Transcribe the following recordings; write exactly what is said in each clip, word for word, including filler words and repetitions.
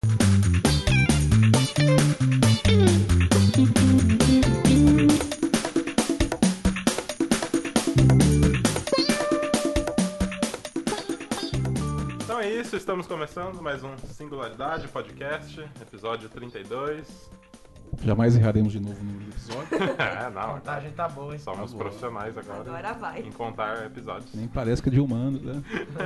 Então é isso, estamos começando mais um Singularidade Podcast, episódio trinta e dois. Jamais erraremos de novo no episódio. É, não, A contagem tá boa, hein? somos Tá boa. profissionais agora, Agora vai. em contar episódios. Nem parece que é de humano, né?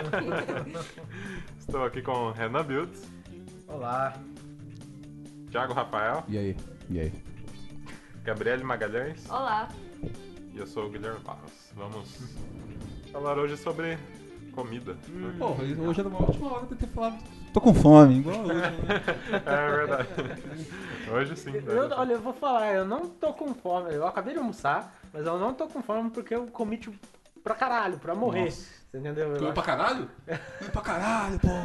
Estou aqui com Renan Builds, Olá. Thiago Rafael, E aí? E aí? Gabriele Magalhães Olá. e eu sou o Guilherme Barros. Vamos falar hoje sobre comida. né? Porra, hoje era uma ótima hora pra ter falado. Tô com fome, igual hoje. Né? É verdade. Hoje sim. Eu, né? olha, eu vou falar, eu não tô com fome. Eu acabei de almoçar, mas eu não tô com fome porque eu comi tipo, pra caralho, pra morrer. Nossa. Você entendeu? Eu Comeu acho- pra caralho? Comeu pra caralho, porra.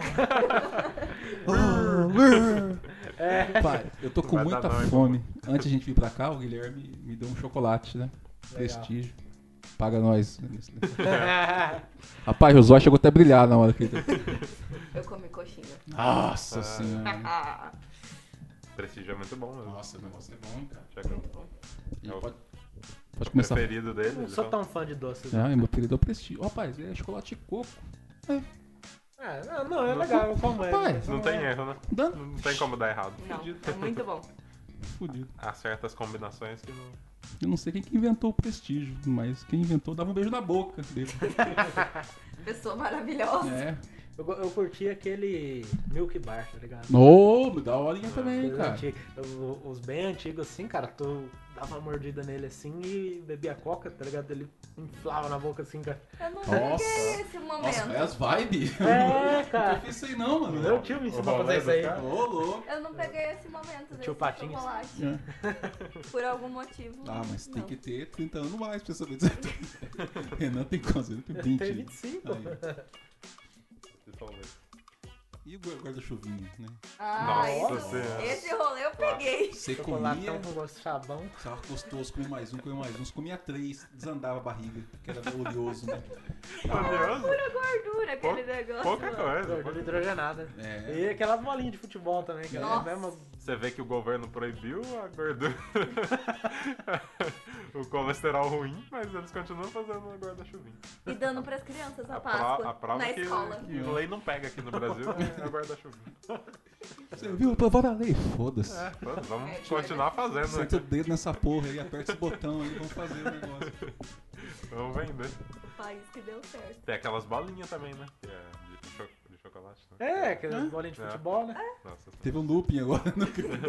É. Pai, eu tô com Vai muita dar não, hein, fome. Antes de a gente vir pra cá, o Guilherme me deu um chocolate, né? Prestígio. Paga nós. Rapaz, o zóio chegou até a brilhar na hora que ele... Eu comi coxinha. Nossa senhora. Prestígio é muito bom mesmo. Nossa, o negócio é bom, cara. Thiago, E É o pode, pode começar. preferido dele. Não ele sou fala. tão fã de doces. Ah, meu querido é o prestígio. Rapaz, é chocolate de coco. É, não, não, é legal, eu como ele. Rapaz, mas Não tem é- erro, né? Dá Não tem como dar errado. Não, é muito bom. fudido. Há certas combinações que não... Eu não sei quem que inventou o prestígio, mas quem inventou dava um beijo na boca dele. Pessoa maravilhosa. É. Eu, go- eu curti aquele Milk Bar, tá ligado? Ô, me dá horinha também, Coisa cara. antiga. Eu- Os bem antigos assim, cara, tu dava uma mordida nele assim e bebia coca, tá ligado? Ele inflava na boca assim, cara. Eu não Nossa. peguei esse Nossa, momento. é as vibes. É, Eu cara. fiz isso aí não, mano. Meu tio me ensinou a O fazer rolê isso aí. do cara. Ô, louco. Eu não peguei esse momento desse Tio Patinhos. chocolate. É. Por algum motivo. Ah, mas tem não. que ter trinta anos mais pra saber dizer. Renan tem quantos? Ele tem vinte. Tem vinte e cinco. Aí. Vocês vão ver. E o guarda-chuvinha, né? Ah, Nossa esse, Senhora. esse rolê eu peguei. Você Chocolatão comia, com gosto de sabão. tava gostoso, comia mais um, comia mais um. Você comia três, desandava a barriga, que era oleoso, né? Curioso? Pura gordura aquele Pou- negócio. Pouca coisa. Gordura pouca- hidrogenada. É. E aquelas bolinhas de futebol também, que era a Nossa. mesma. Você vê que o governo proibiu a gordura. O colesterol ruim, mas eles continuam fazendo a guarda-chuvinha. E dando pras crianças a A, pro- Páscoa. a prova na que, escola. que lei não pega aqui no Brasil é a guarda-chuvinha. Você viu? Aprovou a lei. Foda-se. É, pô, vamos É, continuar fazendo, né? Senta o dedo nessa porra aí, aperta esse botão aí, vamos fazer o negócio. Vamos vender. O país que deu certo. Tem aquelas bolinhas também, né? Que é de, cho- de chocolate. Né? É, aquelas bolinhas de É. futebol, né? Nossa, Teve um looping agora. Né?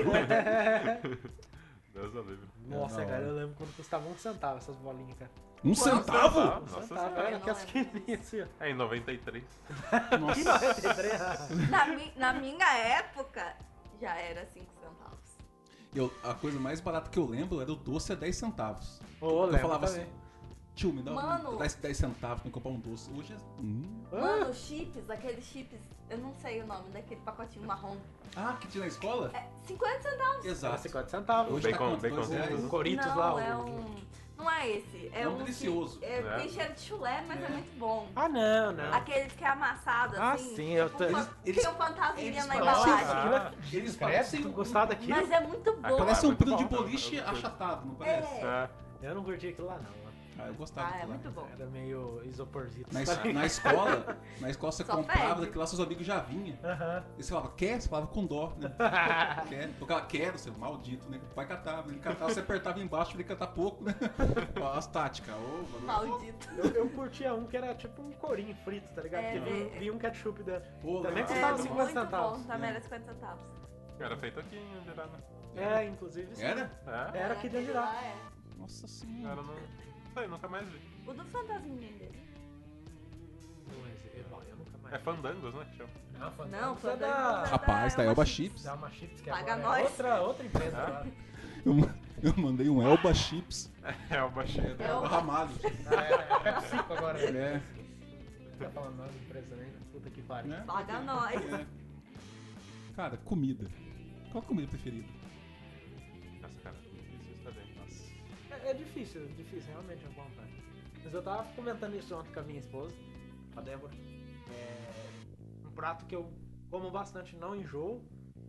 Deus o livre. Nossa, da cara, hora. eu lembro quando custava um centavo essas bolinhas, cara. Um centavo? Um Nossa centavo, Senhora. era Eu aquelas não lembro. pequenininhas assim, ó. É em noventa e três. Que noventa e três. Na, mi- na minha época, já era cinco centavos. Eu, a coisa mais barata que eu lembro era o doce a dez centavos. Ô, Eu lembro falava também. assim, tio, me dá Mano. um, dez, dez centavos pra eu comprar um doce. Hoje é... Hum. Mano, chips, aqueles chips, eu não sei o nome daquele pacotinho marrom. Ah, que tinha na escola? É cinquenta centavos. Era Exato. cinquenta centavos. Hoje tá Bacon- quanto? Dois baconzitos. reais? O Coritos não, lá. o- é um... Não é esse. É, É um que- delicioso. É, É. tem cheiro de chulé, mas é, É. muito bom. Ah, não, não. Aquele que é amassado, Ah, assim. sim, eu tipo, tô- uma- eles- eles- tem um fantasminha eles na parecem- embalagem. Aquilo é- Eles Credo, parecem tu um- gostava daquilo? Mas é muito bom. Aquela- Parece um muito pino de bom, boliche eu- eu- achatado, não parece? É. É. Eu não curti aquilo lá, não. mano. Ah, eu gostava Ah, é daquilo lá. muito bom. Era meio isoporzito. Na, sabe? es- na escola, na escola você Só comprava, pede. daquilo lá seus amigos já vinham. Aham. E você falava, quer? Você falava com dó, né? Quer? Tocava, quero, seu maldito, né? O pai catava, ele catava, você apertava embaixo, ele catar pouco, né? Ó, as táticas, ô, bagulho. Maldito. Eu, eu curtia um que era tipo um corinho frito, tá ligado? É, que vinha, é. vinha um ketchup dentro. Pô, Também lembra? custava É, cinquenta muito centavos. bom. Também era cinquenta centavos. Era feito aqui em Andirana. É, inclusive. sim. Era? É? Era aqui de aquele Andirá. lá é. Nossa senhora. Era no... Sei, nunca mais vi. O do fantasminha dele. Não, esse- bom, eu nunca mais. É Fandangos, né? que chama? Não, Fandangos Não, é Fandangos da... é Rapaz, da tá Elba Elba Chips. Da Alma Chips, que Paga agora é nós. outra, outra empresa É? agora. Eu, eu mandei um Elba Chips. É o baixinho. É o Ramalho. Ah, é, é PepsiCo agora. né? É. Tá falando nome da empresa também? Puta que pariu. Né? Paga nós. É. Cara, comida. Qual a comida preferida? Nossa, cara, difícil isso também. Nossa. É, é difícil, difícil, realmente é bom, cara. Mas eu tava comentando isso ontem com a minha esposa, com a Débora. É um prato que eu como bastante, não enjoo,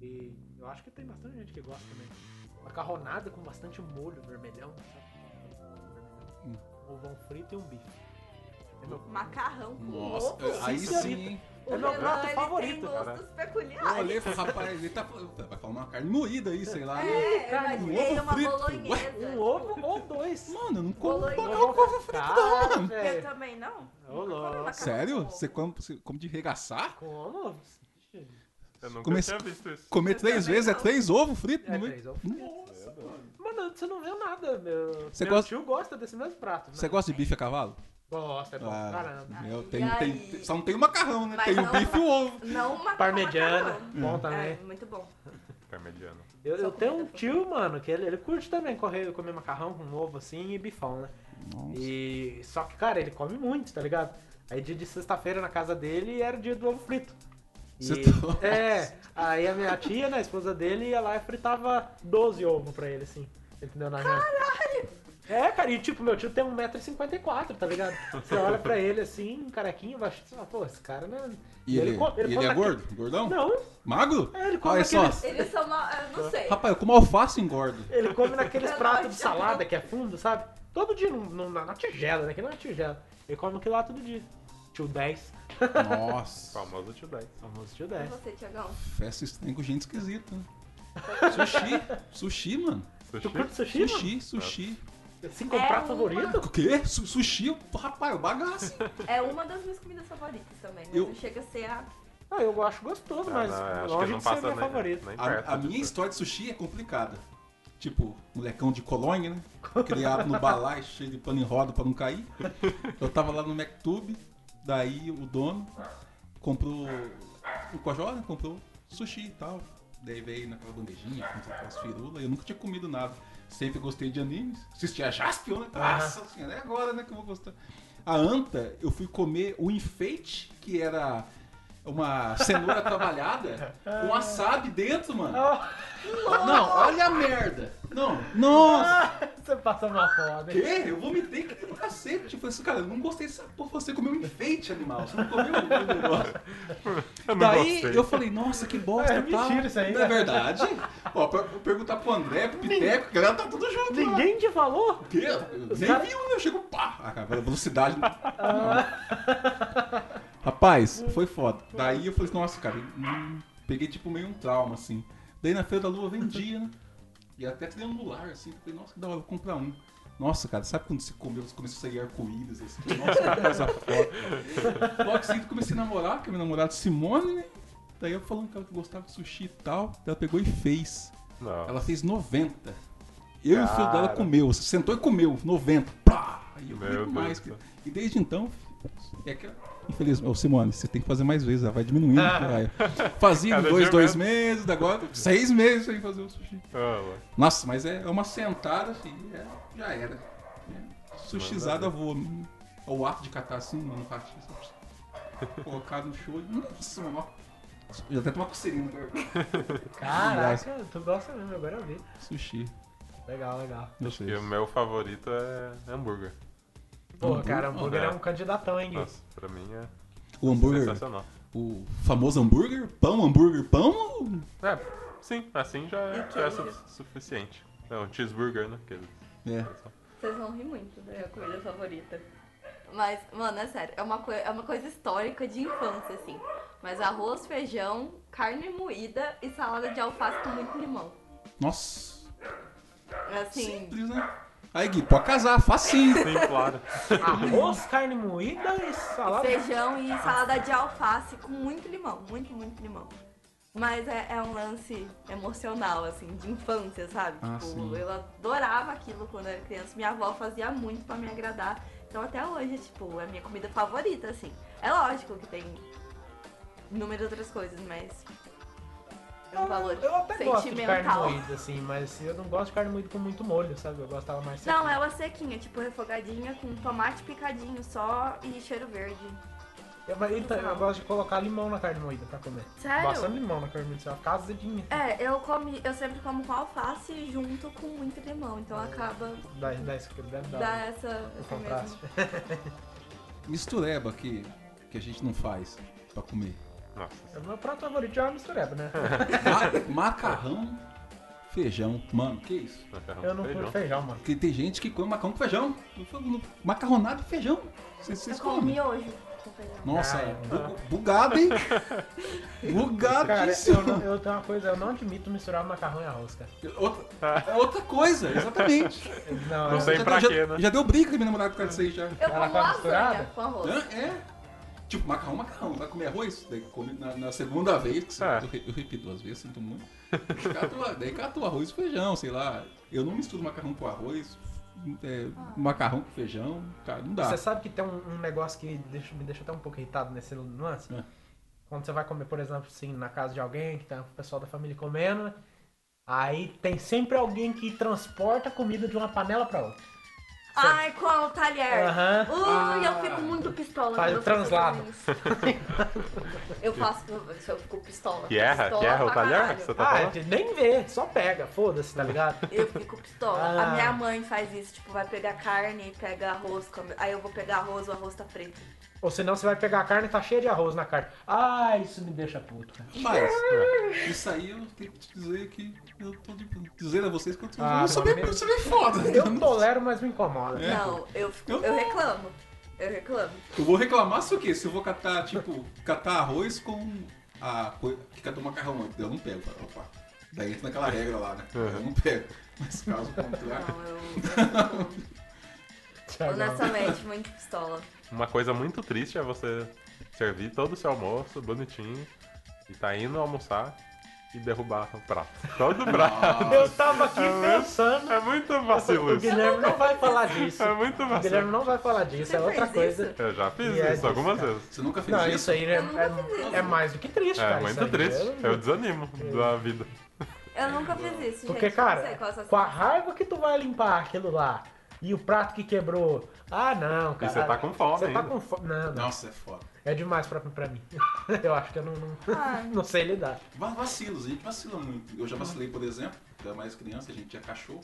E eu acho que tem bastante gente que gosta também. Macarronada com bastante molho vermelhão, sabe? Hum. Um ovão frito e um bife. É meu, Macarrão com Nossa, ovo. aí Sim, sim, senhorita. hein? O é meu Renan, prato ele favorito, tem cara. gostos Eu peculiares. olhei e falei, rapaz, ele tá vai falar uma carne moída aí, sei lá. É, eu carne, imaginei ovo uma frito. bolonhesa. um ovo ou dois. Mano, eu não como Bolonhesa. macarrão com ovo frito, não, Cara, mano. Eu velho. também não. Ô, Nunca comi louco. macarrão Sério? com ovo. Você come, você come de regaçar? Como? Eu nunca Comece- tinha visto isso. Comer Eu três também vezes é não. três ovos fritos? É, no meio? três ovos fritos. Nossa, mano. Mano, você não vê nada, meu. Você meu gosta- tio gosta desse mesmo prato. Você né? gosta de bife a cavalo? Gosta, é bom. Ah, Caramba. meu, E tem, aí? tem- tem- só não tem o macarrão, né? Mas Tem o não- bife e o ovo. Não macarrão. Parmegiana, macarrão. bom também. É, muito bom. Parmegiano. Eu, Só eu tenho um comida tio, mano, que ele, ele curte também correr, comer macarrão com ovo assim e bifão, né? Nossa. E só que, cara, ele come muito, tá ligado? Aí dia de sexta-feira na casa dele era o dia do ovo frito. E, Você tá- é, aí a minha tia, né, a esposa dele, ia lá e fritava doze ovos pra ele, assim. Entendeu? Na janta. É, cara, e tipo, meu tio tem um metro e cinquenta e quatro, tá ligado? Você olha pra ele assim, carequinho, baixo, você fala, pô, esse cara, né? E ele, co- e ele come é naquele- gordo? Gordão? Não, Magro? é, ele come Olha só. naqueles... Eles são mal. Eu não sei. Rapaz, eu como alface e engordo. Ele come naqueles Eu pratos não de acho. salada que é fundo, sabe? Todo dia num- num- na, na tigela, né? Que não é tigela. Ele come aquilo lá todo dia. Tio dez. Nossa. Famoso tio dez. Famoso tio E dez. você, Tiagão? Festa estranha com gente esquisita, né? Sushi. Sushi, mano. Tu Sushi? curte sushi, mano? Sushi, sushi. Assim, com É prato uma- favorito? O quê? Su- sushi? eu- Rapaz, eu bagaço. É uma das minhas comidas favoritas também. Mas Eu- não chega a ser a. Ah, eu acho gostoso, Ah, mas não, acho que longe não de ser passa minha nem, favorita. nem perto A, a disso. minha história de sushi é complicada. Tipo, molecão de colônia, né? Criado no balai, cheio de pano em roda pra não cair. Eu tava lá no McTube, daí o dono comprou o Cojó, né? Comprou sushi e tal. Daí veio naquela bandejinha, com aquelas firulas. Eu nunca tinha comido nada. Sempre gostei de animes. Assistia Jaspion, né? Nossa senhora, é agora, né, que eu vou gostar. A anta, eu fui comer o enfeite, que era uma cenoura trabalhada, com wasabi dentro, mano. Não, olha a merda. Não, nossa. Você passa uma foda, hein? Quê? Eu vomitei que do cacete. Tipo assim, cara, eu não gostei dessa porra. Você comeu um enfeite, animal. Você não comeu o negócio. Eu não Daí gostei. eu falei, nossa, que bosta. É, tal. mentira isso aí, Não né? é verdade? Ó, pra vou perguntar pro André, pro Piteco, que ela tá tudo junto. lá. Ninguém te falou? O quê? Eu Os nem cara- viu, né? Eu chego, pá. Ah, cara, velocidade. Rapaz, foi foda. Daí eu falei, nossa, cara, hum, peguei tipo meio um trauma, assim. Daí na Feira da Lua vendia, né? E até triangular, assim. Falei, nossa, que da hora, vou comprar um. Nossa, cara, sabe quando você comeu, você começou a sair arco-íris, assim? Nossa, que coisa foda. Logo assim, eu comecei a namorar, com a minha namorada Simone, né? Daí eu falando que ela gostava de sushi e tal. Daí ela pegou e fez. Não. Ela fez noventa. Eu e o filho dela Cara. comeu. Você sentou e comeu. noventa. Pá! E eu Meu comi Deus mais. do céu. E desde então, é que, infelizmente, ô Simone, você tem que fazer mais vezes. Ela vai diminuindo. vai. Fazia Cada dois, dia dois menos. meses, agora seis meses sem fazer o sushi. Ah, ué. Nossa, mas é, é uma sentada, assim, é, já era. É, sushizada voa. O ato de catar assim, mano, ratinho, colocar no show. Nossa, mano. Já até tomar coceirinha no corpo. Caraca, tu gosta mesmo, agora eu vi. Sushi. Legal, legal. Não E sei. o meu favorito é hambúrguer. Pô, Hambúrguer? cara, hambúrguer É. é um candidatão, hein, Gui? Nossa, pra mim é O hambúrguer, sensacional. o famoso hambúrguer, pão, hambúrguer, pão. É, sim, assim já, E já é queijo. su- suficiente. É um cheeseburger, né? Que eles- É. Vocês vão rir muito da minha comida favorita. Mas, mano, é sério, é uma, coi- é uma coisa histórica de infância, assim. Mas arroz, feijão, carne moída e salada de alface com muito limão. Nossa, Assim, simples, né? Aí, Gui, pode casar, facinho. Sim, claro. Arroz, carne moída e salada. feijão e salada de alface com muito limão, muito, muito limão. Mas é, é um lance emocional, assim, de infância, sabe? Ah, tipo, sim. eu adorava aquilo quando eu era criança. Minha avó fazia muito pra me agradar. Então até hoje, tipo, é a minha comida favorita, assim. É lógico que tem inúmeras outras coisas, mas é um valor Eu até gosto de carne sentimental. moída, assim, mas eu não gosto de carne moída com muito molho, sabe? Eu gostava mais Não, sequinha. ela sequinha, tipo refogadinha com tomate picadinho só e cheiro verde. Eu, mas, então, eu gosto de colocar limão na carne moída pra comer. Sério? Bastante limão na carne moída, assim, uma casadinha. É, eu comi, eu sempre como com alface junto com muito limão, então acaba Dá, dá isso que deve dar dar um- essa, um essa contraste. mesma. Mistureba que, que a gente não faz pra comer. Nossa. O meu prato favorito é uma mistureba, né? Ma- macarrão, feijão. Mano, que isso? Macarrão Eu com não feijão. curto feijão, mano. Porque tem gente que come macarrão com feijão. Eu falo, macarronado e feijão. Vocês, vocês Eu como comem? miojo com feijão. Nossa, Ah, bu- bugado, hein? Cara, Bugadíssimo. eu, não- eu tenho uma coisa, eu não admito misturar macarrão e arroz, cara. Outra, é outra coisa, exatamente. Não, Não eu- sei já, pra já, quê, né? já deu briga com minha namorada por causa disso aí já. Eu Ela como tá lasanha misturada? com arroz. Hã? É. Tipo, macarrão, macarrão. Vai comer arroz? Daí come na, na segunda vez, que É. eu, re- eu repito duas vezes, sinto muito. Cato- daí cato arroz e feijão, sei lá. Eu não misturo macarrão com arroz, é, macarrão com feijão, cara, não dá. Você sabe que tem um, um negócio que deixa- me deixa até um pouco irritado nesse nuance? É. Quando você vai comer, por exemplo, assim, na casa de alguém, que tá o pessoal da família comendo, né? Aí tem sempre alguém que transporta a comida de uma panela pra outra. Ai, com o talher. Aham. Ui, Ah. eu fico muito pistola. Faz quando o translado. eu faço isso. Eu faço, eu fico pistola. Que erra? Pistola Que erra o pra talher? caralho. Que você tá Ah, falando? é, nem vê, só pega, foda-se, tá ligado? Eu fico pistola. Ah. A minha mãe faz isso, tipo, vai pegar carne, pega arroz, come- aí eu vou pegar arroz, o arroz tá preto. Ou senão você vai pegar a carne e tá cheia de arroz na carne. Ah, isso me deixa puto, cara. Mas, isso aí eu tenho que te dizer que eu tô de, dizer a vocês que eu, tô, Ah, eu sou bem, mas eu sou bem foda. Eu tolero, mas me incomoda. É. Não, eu, fico, Eu eu, não. reclamo. Eu reclamo. Eu vou reclamar se o quê? Se eu vou catar, tipo, catar arroz com a coisa que catou macarrão antes. Eu não pego. Opa. Daí entra naquela regra lá, né? Eu não pego. Mas caso contrário. Não, eu, eu fico, Thiagão. honestamente, muito pistola. Uma coisa muito triste é você servir todo o seu almoço bonitinho e tá indo almoçar e derrubar o prato. Todo o prato. Eu tava aqui É muito- pensando. É muito vacilo O isso. Guilherme não vai falar disso. É muito O Guilherme vacilo. não vai falar disso, Você é outra fez coisa. isso? Eu já fiz E é isso algumas disso, cara. vezes. Você nunca fez Não, isso? isso aí é, Eu nunca fiz é, isso. é mais do que triste, É cara. muito isso aí. triste. Eu- Eu desanimo da vida. Eu nunca fiz isso, Porque, gente. Não sei cara, qual é essa com a sensação. raiva que tu vai limpar aquilo lá e o prato que quebrou. Ah, não, E cara. você tá com fome Você tá ainda. com fome. Não, não. Nossa, é foda. É demais pra, pra mim. Eu acho que eu não, não, Ah. não sei lidar. Va- Vacilos, a gente vacila muito. Eu já vacilei, por exemplo, era mais criança, a gente tinha cachorro.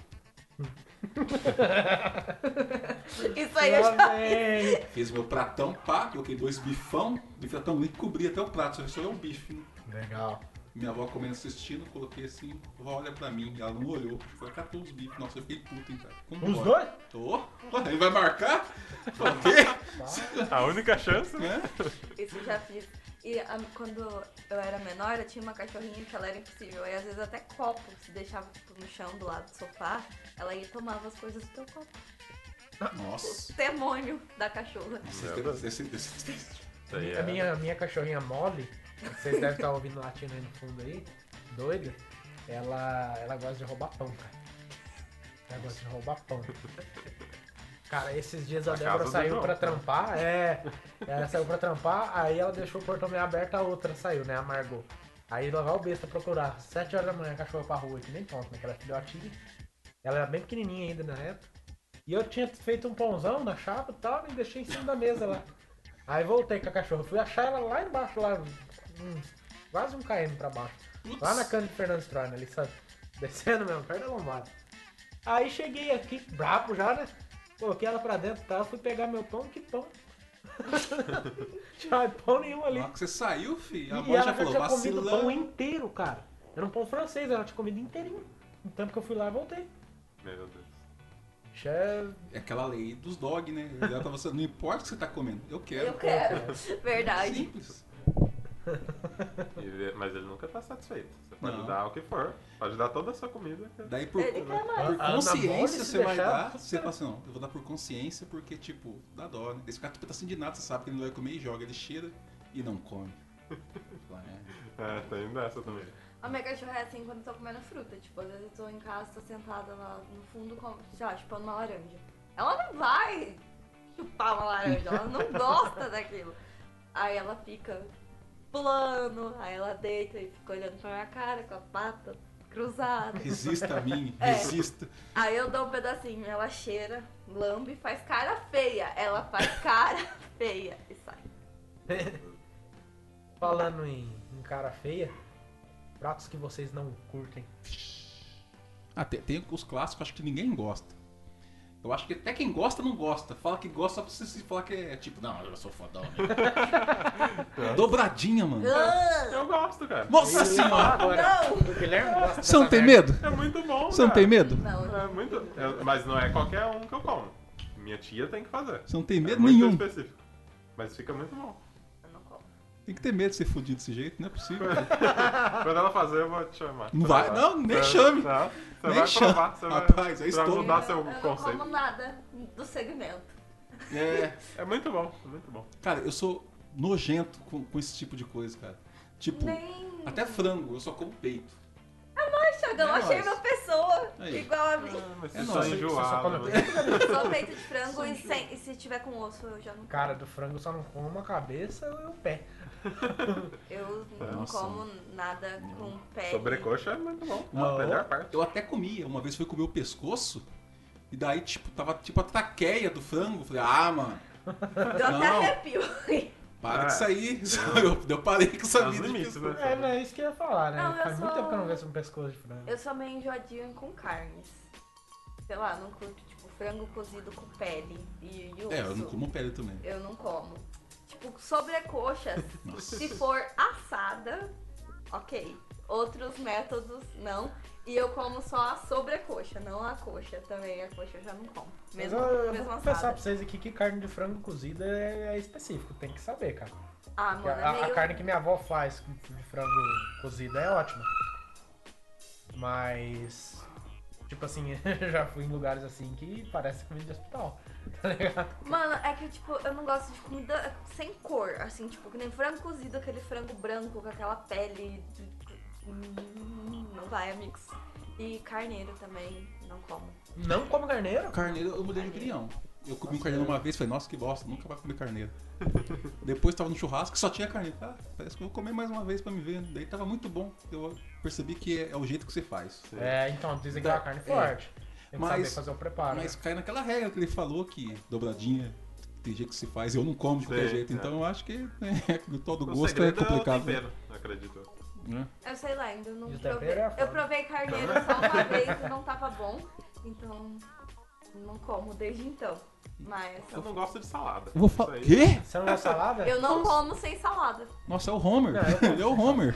Isso aí eu já Lá vem. Fiz meu pratão, pá, coloquei dois bifão, bife tão bonito, cobri até o prato, só só é o bife. Né? Legal. Minha avó comendo assistindo, coloquei assim, vó olha pra mim, ela não olhou, foi catou os bifes, nossa, eu fiquei puto, hein, cara. Como Os pode? dois? Tô. Ele vai marcar? Falei, o quê? A única chance. Né? Isso eu já fiz. E a- quando eu era menor, eu tinha uma cachorrinha que ela era impossível. Aí às vezes até copo, se deixava tipo, no chão do lado do sofá, ela ia e tomava as coisas do teu copo. Nossa. O demônio da cachorra. Meu Deus. Esse, esse, esse, esse. Isso aí A é- minha, a minha cachorrinha Molly, vocês devem estar ouvindo latindo aí no fundo aí, doida, ela, ela gosta de roubar pão, cara. Ela gosta de roubar pão. Cara, esses dias a A Débora casa do saiu João, pra né? trampar, é. Ela saiu pra trampar, aí ela deixou o portão meio aberto, a outra saiu, né? A Margot. Aí lá vai o besta procurar. Sete horas da manhã, a cachorra pra rua, que nem pronto, né? Aquela filhotinha. Ela era bem pequenininha ainda na época. E eu tinha feito um pãozão na chapa e tal, e deixei em cima da mesa lá. Aí voltei com a cachorra. Fui achar ela lá embaixo, lá, uns, quase um quilômetro pra baixo. Lá na cana de Fernando Strona, ali, sabe? Descendo mesmo, perto da lombada. Aí cheguei aqui, brabo já, né? Coloquei ela pra dentro e tal, fui pegar meu pão, que pão? Tinha pão nenhum ali. Na hora que você saiu, filho, a E avó ela já já falou, tinha comido o pão vacilão. inteiro, cara. Era um pão francês, ela tinha comido inteirinho. No tempo que eu fui lá, eu voltei. Meu Deus. Bicho é... É aquela lei dos dog, né? Ela pra você, não importa o que você tá comendo, eu quero. Eu quero. Verdade. Simples. E- mas ele nunca tá satisfeito. Você pode Não. dar o que for. Pode dar toda a sua comida. que- Daí por, Ele quer mais. por A Ana Mole, consciência se você vai deixar, dar, você fala assim, não, eu vou dar por consciência porque, tipo, dá dó, né? Esse cara tá assim de nada, você sabe que ele não vai comer e joga, ele cheira e não come. Fala, é. É, tem dessa também. A minha cachorra é assim quando eu tô comendo fruta. Tipo, às vezes eu tô em casa, tô sentada lá no fundo, com, sei lá, chupando uma laranja. Ela não vai chupar uma laranja, ela não gosta daquilo. Aí ela fica pulando, aí ela deita e fica olhando pra minha cara com a pata cruzada. Resista a mim, É. resista. Aí eu dou um pedacinho, ela cheira, lambe e faz cara feia. Ela faz cara feia e sai. Falando em, em cara feia, pratos que vocês não curtem. Ah, tem, tem os clássicos, acho que ninguém gosta. Eu acho que até quem gosta não gosta. Fala que gosta só pra você se falar que é tipo, não, eu sou fodão. Né? Dobradinha, mano. Ah, Eu gosto, cara. Nossa senhora! Agora, não! o Guilherme gosta Você não dessa tem merda. medo? É muito bom, Você não cara. tem medo? Não, É muito... eu- mas não é qualquer um que eu como. Minha tia tem que fazer. Você não tem É medo muito nenhum. específico. Mas fica muito bom. eu não como. Tem que ter medo de ser fudido desse jeito, não é possível. Quando ela fazer, eu vou te chamar. Não Você vai- lá. não, nem Você- chame. Não, você Nem vai chame. provar, você vai, Rapaz, é você vai estômago. mudar eu, seu eu não conceito. como nada do segmento. É. É muito bom, é muito bom. Cara, eu sou nojento com, com esse tipo de coisa, cara. Tipo, Nem. até frango, eu só como peito. Poxa, eu É achei nóis. uma pessoa Aí. igual a mim. Ah, mas É você nóis. só Você só enjoado. come né? Só peito de frango e, sem, e se tiver com osso eu já não como. Cara, do frango só não como a cabeça e o pé. Eu não Nossa. como nada com pele. Sobrecoxa é muito bom. Uma- A melhor parte. Eu até comia, uma vez fui comer o pescoço, e daí, tipo, tava tipo a traqueia do frango. Falei, ah, mano, Deu até Não. arrepio. para É. de sair. Eu, eu parei com essa Tá nos vida de limites, pescoço. né? É, mas é isso que eu ia falar, né? Não, eu Faz muito sou- tempo que eu não vejo um pescoço de frango. Eu sou meio enjoadinha com carnes. Sei lá, não curto, tipo, frango cozido com pele e, e osso. É, eu não como pele também. Eu não como. Tipo, sobrecoxas, Nossa. se for assada, ok. Outros métodos, não. E eu como só a sobrecoxa, não a coxa também. A coxa eu já não como. Mas Mesmo, eu, eu mesmo vou confessar assada. pra vocês aqui que carne de frango cozida é, é específico, tem que saber, cara. Ah, Porque mano, a, é meio... a carne que minha avó faz de frango cozida é ótima. Mas, tipo assim, eu já fui em lugares assim que parece comida de hospital, tá ligado? Mano, é que, tipo, eu não gosto de comida sem cor. Assim, tipo, que nem frango cozido, aquele frango branco com aquela pele... Hum, Não vai, amigos. E carneiro também, não como. Não como carneiro? Carneiro, eu mudei de opinião. Eu comi um carneiro uma vez e falei, nossa, que bosta, nunca vai comer carneiro. Depois tava no churrasco e só tinha carneiro. Ah, parece que eu vou comer mais uma vez pra me ver. Daí tava muito bom. Eu percebi que é, é o jeito que você faz. É, então, dizem que é uma carne É. forte. Tem que Mas- saber fazer o preparo. Mas né? cai naquela regra que ele falou que dobradinha tem jeito que se faz e eu não como de qualquer Sim, jeito. é. Então eu acho que é, o todo O gosto é segredo é o complicado. tempero, acredito. Né? Eu sei lá, ainda não E o provei. tempero é foda. Eu provei carneiro só uma vez e não tava bom. Então, não como desde então. Mas Eu não gosto de salada. Eu vou falar. Isso aí. Quê? Você não gosta de salada? eu não como sem salada. Nossa, é o Homer. Não, eu como. Ele é o Homer.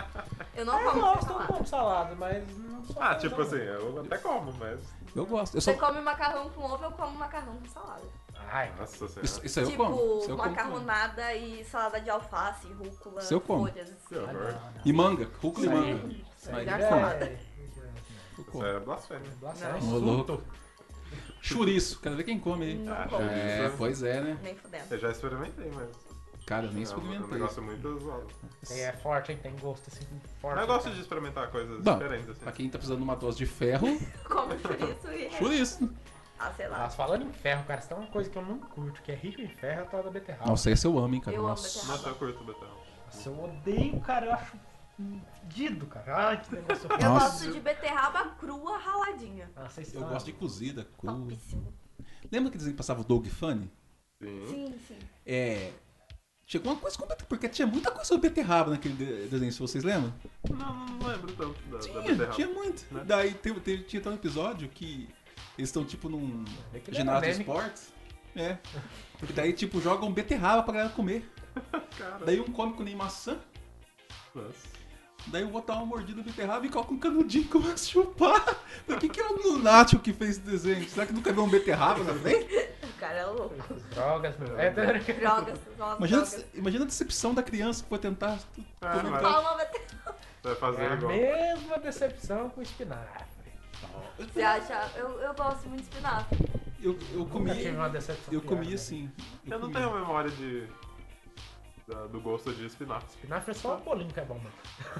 Eu não Eu como sem gosto, eu salada. como salada, mas não sou Ah, fã, tipo não. assim, eu até como, mas. Eu gosto. Eu só... Você come macarrão com ovo, eu como macarrão com salada. Ai, Nossa senhora. Isso, isso aí eu tipo, como. Isso eu como. macarronada e salada de alface, rúcula, Isso eu como. folhas. Que horror. E manga. Rúcula e Isso aí. manga. isso Aí aí já é- como. Eu Isso como. é blasfêmia. Blasfêmia. Ô, louco. Chouriço. Quero ver quem come aí. Não Ah, como. É, pois é, né? Nem fudendo. Eu já experimentei, mas. Cara, eu nem É um- é um experimentei. negócio muito zoado. É, é forte, hein? Tem gosto assim, forte. Mas eu gosto cara. de experimentar coisas Bom, diferentes, assim. Pra quem tá precisando de uma dose de ferro, Come chouriço e... chouriço. Ah, sei lá. Mas falando em ferro, cara, se tem uma coisa que eu não curto, que é rico em ferro, é a tal da beterraba. Nossa, esse eu amo, hein, cara. Eu amo Nossa. beterraba. Nossa, eu curto betel. Nossa, eu odeio, cara, eu acho fedido, cara. Ai, que negócio Eu Nossa. gosto de beterraba crua raladinha. Ah, vocês Eu estão- gosto de cozida, crua. Topíssimo. Lembra que dizem que passava o Doug Funny? Sim. Sim, sim. É. Chegou uma coisa com beterraba, porque tinha muita coisa sobre beterraba naquele de- desenho, se vocês lembram? Não, não lembro tanto da, da Tinha, beterraba. tinha muito. Né? Daí teve, teve- tinha até um episódio que eles estão tipo num É que ele ginásio de era meme. esportes. É. E daí, tipo, jogam beterraba pra galera comer. Cara, Daí um come com nem maçã. nossa. Daí o outro dá uma mordida no beterraba e coloca um canudinho e começa a chupar. O que, que é o lunático que fez esse desenho? Será que nunca viu um beterraba na frente? O cara é louco. Drogas, meu. É, Drogas, nossa, Imagina, drogas. imagina a decepção da criança que foi tentar. Ah, comentar. mas Palma beterraba. vai fazer é a igual. mesma decepção com espinafre. Você acha? Eu, eu gosto muito de espinafre. Eu, eu Nunca comi. tive uma decepção Eu pior, comi né? assim. Eu não comi. tenho memória de. da- do gosto de espinafre. Espinafre é só um bolinho que é bom, mano.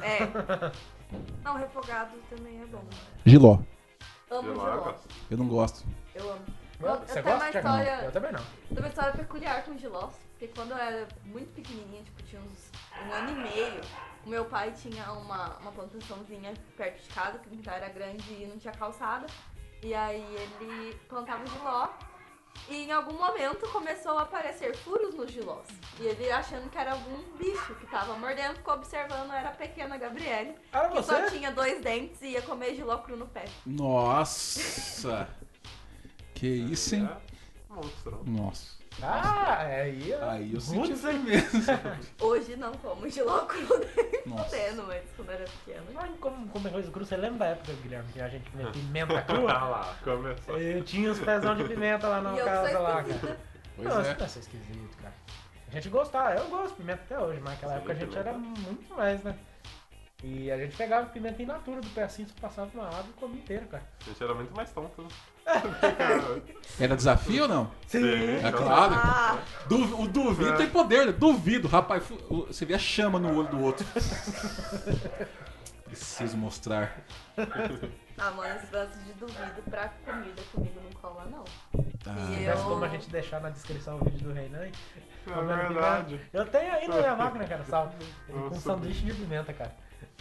É. Não, refogado também é bom. Giló. Amo Eu giló. gosto. Eu não gosto. Eu amo. Eu- Eu- Você eu tenho gosta, uma Thiago? história- Eu também não. Tem uma história peculiar com gilós, porque quando eu era muito pequenininha, tipo, tinha uns um ano e meio, o meu pai tinha uma, uma plantaçãozinha perto de casa, que o quintal era grande e não tinha calçada. E aí ele plantava giló e em algum momento começou a aparecer furos nos gilós. E ele achando que era algum bicho que tava mordendo, ficou observando, era a pequena Gabriele, Era que só você? tinha dois dentes e ia comer giló cru no pé. Nossa! Que isso, hein? É monstro. Nossa. Ah, é aí. ó. Aí eu senti Putz, firmeza. Hoje não como giló cru nem Nossa. fudendo, mas quando era pequena. Mas como comer arroz cru, você lembra da época, Guilherme, que a gente comia pimenta crua? Ah lá, começou. Eu tinha os pezão de pimenta lá na E eu casa sou lá, esquisita. cara. Pois Não, é. isso não é ser esquisito, cara. A gente gostava, eu gosto de pimenta até hoje, mas naquela Sim, época a gente pimenta. era muito mais, né? E a gente pegava pimenta in natura do pedacinho, só passava uma água e comia inteiro, cara. A gente era muito mais tonto, né? Era desafio ou não? Sim. É claro. Ah, Du- o duvido É. tem poder, né? Duvido. Rapaz, fu- o- você vê a chama no olho do outro. Preciso mostrar. ah, mano, esse braço de duvido pra comida comigo não cola, não. Ah, E Mas eu- como a gente deixar na descrição o vídeo do Reinan, hein? É Comendo verdade. pimenta. Eu tenho aí na minha máquina, cara, sal. Com Nossa. sanduíche de pimenta, cara.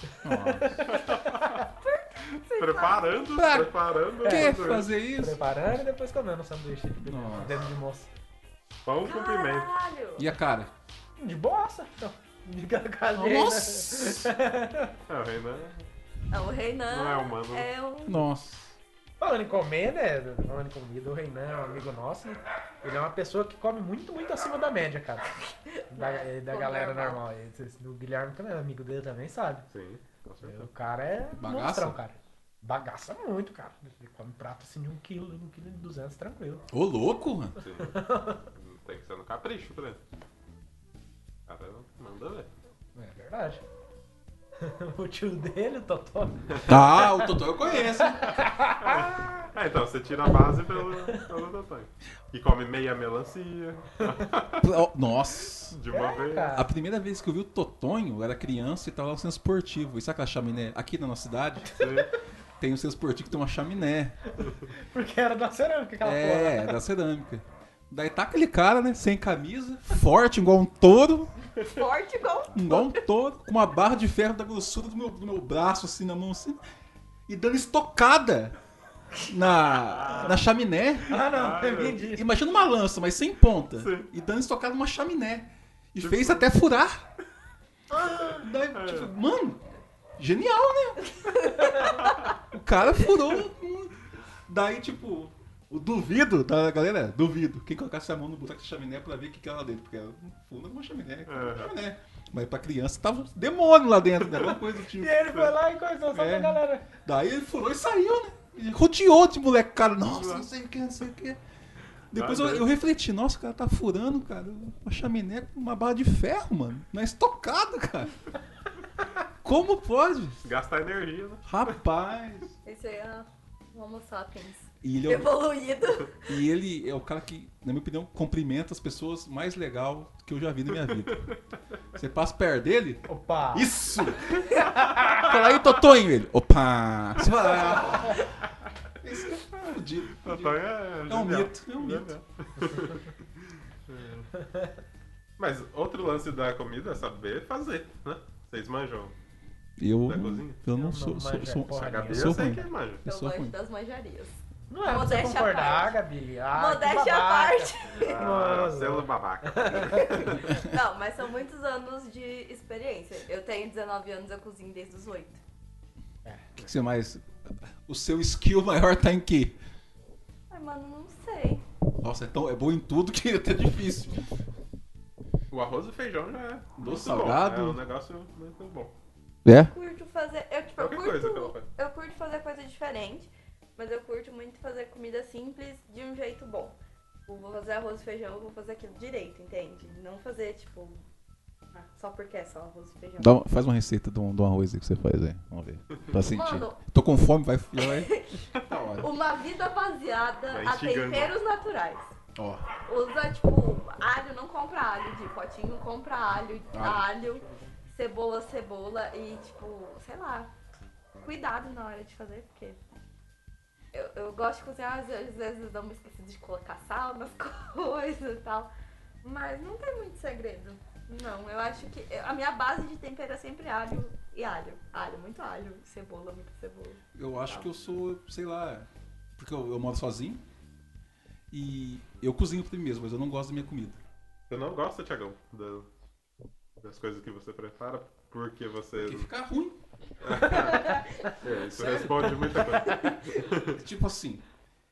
nossa. Preparando, Pra preparando. que tudo. fazer isso? Preparando e depois comendo um sanduíche de pimenta Nossa. dentro de moço. Pão com pimenta. Caralho! E a cara? De bosta, então. De cadeira. Nossa! É, o Renan Não, o Reinan não é humano. é um... Nossa. Falando em comer, né? Falando em comida, o Reinan é um amigo nosso, né? Ele é uma pessoa que come muito, muito acima da média, cara. Da, da Como galera normal. normal. Esse- O Guilherme, que é amigo dele, também sabe. Sim, com O certeza. cara é Bagaça? monstrão, cara. Bagaça muito, cara. Ele come prato assim de um quilo, um quilo e duzentos, tranquilo. Ô, louco, mano. Sim. Tem que ser no capricho pra ele. O cara manda ver. É verdade. O tio dele, o Totó. Ah, o Totó eu conheço. Ah, então você tira a base pelo, pelo tamanho. E come meia melancia Oh, nossa. de uma É, vez. cara. A primeira vez que eu vi o Totonho, eu era criança e tava lá no centro esportivo. E sabe aquela chaminé? Aqui na nossa cidade Sim. tem um centro esportivo que tem uma chaminé. Porque era da cerâmica aquela É, porra. da cerâmica. Daí tá aquele cara, né, sem camisa, forte, igual um touro, Forte igual... igual um touro, com uma barra de ferro da grossura do meu, do meu braço, assim, na mão, assim, e dando estocada na, na chaminé. Ah, não, Ah, eu entendi. Imagina uma lança, mas sem ponta. Sim. E dando estocada numa chaminé. E Tipo- fez até furar. Daí, É. tipo, mano, genial, né? O cara furou. Daí, tipo, o duvido, tá, galera? Duvido. Quem colocasse a mão no buraco de chaminé pra ver o que que era lá dentro. Porque ela funda com uma chaminé. com uma Uhum. chaminé. Mas pra criança tava um demônio lá dentro, né? Alguma coisa do tipo. E ele foi lá e coisou só É. pra galera. Daí ele furou e saiu, né? Ele rodeou de moleque, cara. Nossa, não sei o que, não sei o que. Depois Ah, eu, deve. eu refleti, nossa, o cara tá furando, cara, uma chaminé com uma barra de ferro, mano. Não é estocado, cara. Como pode? Gastar energia, né? Rapaz. Esse aí é um homo sapiens. E ele, é o, Evoluído. e ele é o cara que, na minha opinião, cumprimenta as pessoas mais legal que eu já vi na minha vida. Você passa perto dele, Opa! isso! Fala aí, Totonho, ele. Opa! Você fala, ah. Esse é fudido, fudido. Antônio é, É um genial. mito, é um mito. É. Mas outro lance da comida é saber fazer, né? Vocês manjam Eu, da cozinha? eu Eu não não sou, sou, manjo sou, porra A Gabi eu eu sou sei ruim. que manja. Eu Eu sou gosto ruim. das manjarias. Não é pra você Modéstia à concordar, parte. Gabi. Ah, Modéstia que à babaca. parte. Ah, Nossa. selo babaca. Não, mas são muitos anos de experiência. Eu tenho dezenove anos, eu cozinho desde os oito. O que que você mais. O seu skill maior tá em quê? Ai, mano, não sei. Nossa, é, tão, é bom em tudo que é até difícil. O arroz e feijão já é muito salgado. bom. É um negócio muito bom. É? Curto fazer. Eu, tipo, eu Qualquer curto. coisa que ela faz. Eu curto fazer coisa diferente, mas eu curto muito fazer comida simples de um jeito bom. Tipo, vou fazer arroz e feijão, eu vou fazer aquilo direito, entende? Não fazer, tipo, ah, só porque é só arroz e feijão. Dá um- faz uma receita de um, de um arroz aí que você faz aí. Vamos ver. Pra sentir. Mano, Tô com fome, vai. Já vai. Tá hora. uma vida baseada Vai a instigando. temperos naturais. Ó. Usa, tipo, alho, não compra alho de potinho, compra alho, Alho. alho, cebola, cebola e, tipo, sei lá, cuidado na hora de fazer, porque eu, eu gosto de cozinhar, às vezes, às vezes eu dou uma esquecida de colocar sal nas coisas e tal, mas não tem muito segredo. Não, eu acho que a minha base de tempero é sempre alho e alho. Alho, muito alho, cebola, muita cebola. Eu acho que eu sou, sei lá. Porque eu, eu moro sozinho. E eu cozinho pra mim mesmo, mas eu não gosto da minha comida. Você não gosta, Tiagão, da- das coisas que você prepara porque você. Porque fica ruim. É, isso Sério? responde muita coisa. Tipo assim,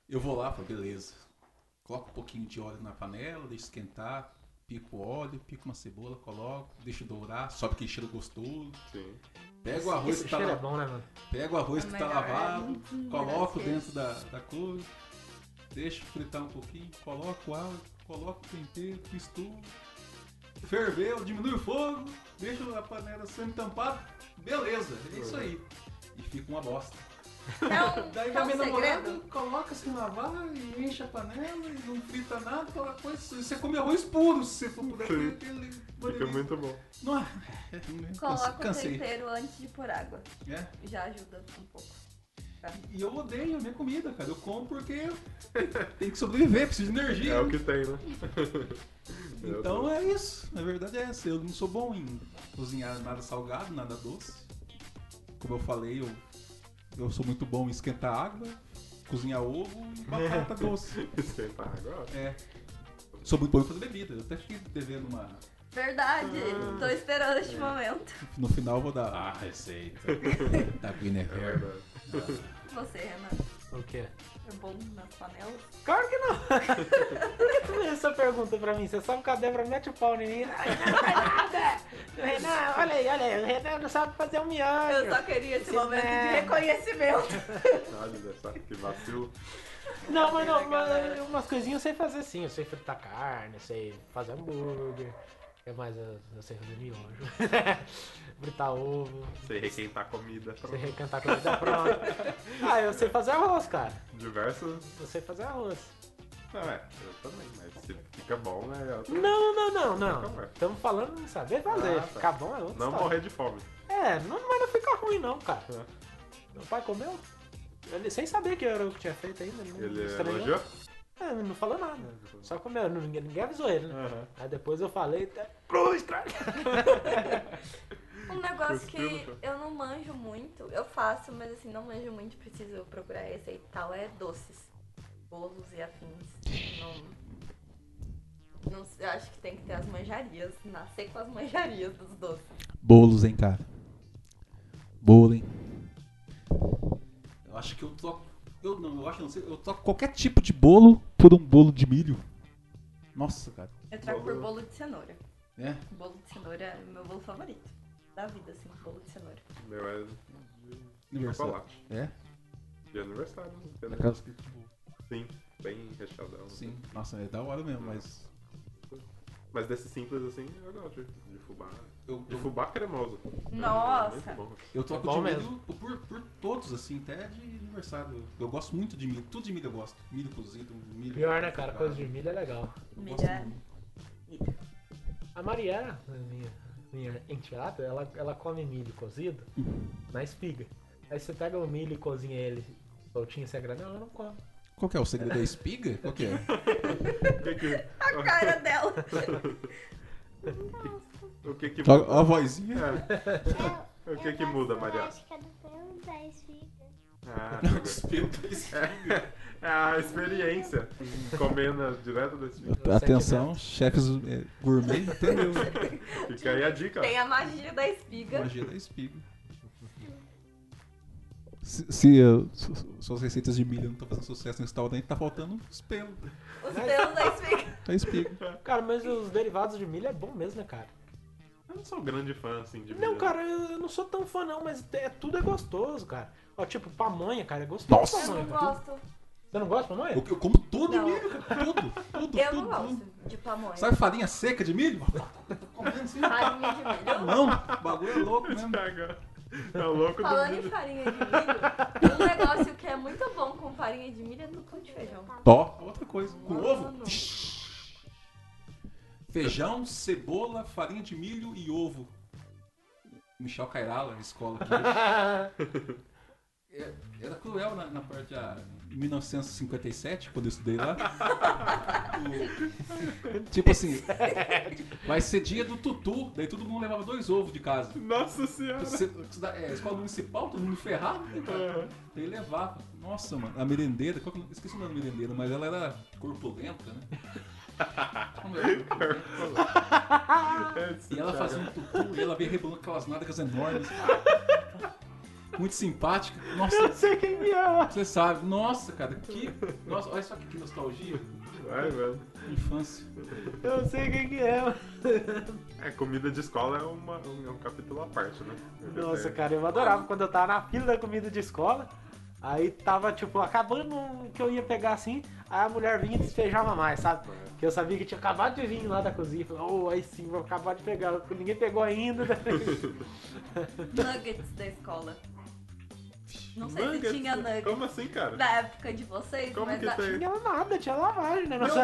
Eu vou lá, falo, beleza. Coloco um pouquinho de óleo na panela, deixo esquentar, pico o óleo, pico uma cebola, coloco, deixo dourar, sobe aquele cheiro gostoso. Sim. Pego o arroz Esse que tá cheiro é lá, bom, né, mano? pego o arroz É que tá melhor, lavado, é. coloco Graças. dentro da, da coisa, deixo fritar um pouquinho, coloco o óleo, coloco o tempero, misturo. Ferveu, diminui o fogo, deixo a panela semi-tampada, beleza, é isso aí. E fica uma bosta. É um, Daí é vai um minha namorada, segredo. coloca assim na vara e enche a panela e não frita nada, aquela coisa. Você come arroz puro se você for por Sim. aquele. Fica muito bom. Não, é, Coloca o cansei. tempero antes de pôr água. É. Já ajuda um pouco. E eu odeio a minha comida, cara. Eu como porque tem que sobreviver, preciso de energia. É o que tem, né? Então é isso. Na verdade é essa. Eu não sou bom em cozinhar nada salgado, nada doce. Como eu falei, eu, eu sou muito bom em esquentar água, cozinhar ovo e batata doce. Esquentar água. É. Sou muito bom em fazer bebida. Eu até fiquei devendo uma. Verdade. Tô esperando este momento. No final eu vou dar a receita da Guinevere. Você, Renan, O quê? é bom nas panelas? Claro que não! Por que tu fez essa pergunta pra mim? Você sabe que a Débora mete o pau em mim. Ai, não, não é nada! O Renan, olha aí, olha aí, o Renan não sabe fazer um miojo. Eu só queria esse Esse momento de merda. reconhecimento. Olha só que vacilo. Não, mas não, mas umas coisinhas eu sei fazer sim. Eu sei fritar carne, eu sei fazer hambúrguer. O que mais eu, eu sei fazer miojo? Fritar ovo, Sei requentar comida. sei recantar comida pronta. Ah, eu sei fazer arroz, cara. Diversos. Eu sei fazer arroz. Não, é, eu também, mas se fica bom, né? é outra- Não, não, não, não. Então, ué. Estamos falando em saber fazer. Ah, tá. Ficar bom é outra Não história. morrer de fome. É, não, mas não fica ruim não, cara. É. Meu pai comeu. Ele, sem saber que era o que tinha feito ainda. Ele, não Ele estranhou. elogiou? É, não falou nada. Só comeu, não- ninguém, ninguém avisou ele, né? Aham. Aí depois eu falei, tá, cruz, cara. Um negócio Cuspiu no que chão. eu não manjo muito, eu faço, mas assim, não manjo muito, preciso procurar receita e tal, é doces. Bolos e afins. Não, não sei, eu acho que tem que ter as manjarias, nascer com as manjarias dos doces. Bolos, hein, cara. Bolo, hein. Eu acho que eu troco. Eu não, eu acho que não sei. Eu troco qualquer tipo de bolo por um bolo de milho. Nossa, cara. Eu trago Bolo- por bolo de cenoura. É. Bolo de cenoura é o meu bolo favorito da vida, assim, bolo de cenoura. Meu é de Aniversário. chocolate. É? De aniversário. né? De Aquelas aniversário. que, tipo, Sim, bem recheadão. sim. Nossa, é da hora mesmo, mas. Mas desse simples assim, eu gosto de, de fubá. Eu, De eu, fubá cremoso. Nossa! É muito bom. eu troco É bom de mesmo. milho por, por todos, assim, até de aniversário. Eu gosto muito de milho. Tudo de milho eu gosto. Milho cozido, milho. Pior, né, cara? Coisa de milho é legal. Eu Milho gosto é- muito. A Mariana, minha, minha enteada, ela, ela come milho cozido na espiga. Aí você pega o milho e cozinha ele soltinho sem granel, ela não come. Qual que é o segredo da espiga? Qual que é? O que que, A cara dela! o que, que Ó, muda? ó a vozinha. É. O que que muda, Mariana? Acho que é do pelo da espiga. Ah, Os pelos da espiga. é a experiência. Comendo direto da espiga. Atenção, chefes é, gourmet, entendeu? Fica aí a dica. ó. Tem a magia da espiga. Magia da espiga. Se, se, uh, su- su- suas receitas de milho não estão fazendo sucesso no restaurante, tá faltando os pelos Os pelos da espiga. da espiga. Cara, mas os derivados de milho é bom mesmo, né, cara? Eu não sou um grande fã, assim, de Não, milho. cara, eu eu não sou tão fã não, mas é, tudo é gostoso, cara. Ó, tipo, pamonha, cara, é gostoso. Nossa! Eu pamonha, não cara. gosto. Você não gosta de pamonha? Eu, eu como todo Não. milho, cara. Tudo, tudo, Eu tudo. não gosto tudo. de pamonha. Sabe farinha seca de milho? Tô comendo assim. Farinha de milho. Não, o bagulho é louco mesmo. É o louco do Falando em milho. farinha de milho, um negócio que é muito bom com farinha de milho é tutu de feijão. Tó, outra coisa. Com Mano. ovo. Feijão, cebola, farinha de milho e ovo. Michel Cairala, na escola aqui. É, Era cruel na, na parte da. Em mil novecentos e cinquenta e sete, quando eu estudei lá. O- tipo assim, vai ser dia do tutu, daí todo mundo levava dois ovos de casa. Nossa senhora. Você, é, escola municipal, todo mundo ferrado, né, cara? Daí levava. Nossa, mano, a merendeira, qual que, eu esqueci o nome da merendeira, mas ela era corpulenta, né? Como é? É, E ela fazia um tutu e ela veio rebolando aquelas nádegas enormes. muito simpática. Nossa, Eu sei quem que é. você sabe. Nossa, cara, que... Nossa, olha só que, que nostalgia. Vai, velho. Infância. Eu sei quem que é. É, comida de escola é, uma, um, é um capítulo à parte, né? Porque Nossa, tem- cara, eu adorava quando eu tava na fila da comida de escola. Aí tava, tipo, acabando o que eu ia pegar assim. Aí a mulher vinha e despejava mais, sabe? Que eu sabia que tinha acabado de vir lá da cozinha. Falei, oh, aí sim, vou acabar de pegar. Ninguém pegou ainda. Nuggets da escola. Não sei Nuggets? se tinha nuggets Como assim, cara? na época de vocês, Como mas que na, tem? Não tinha nada, tinha lavagem, né? no meu,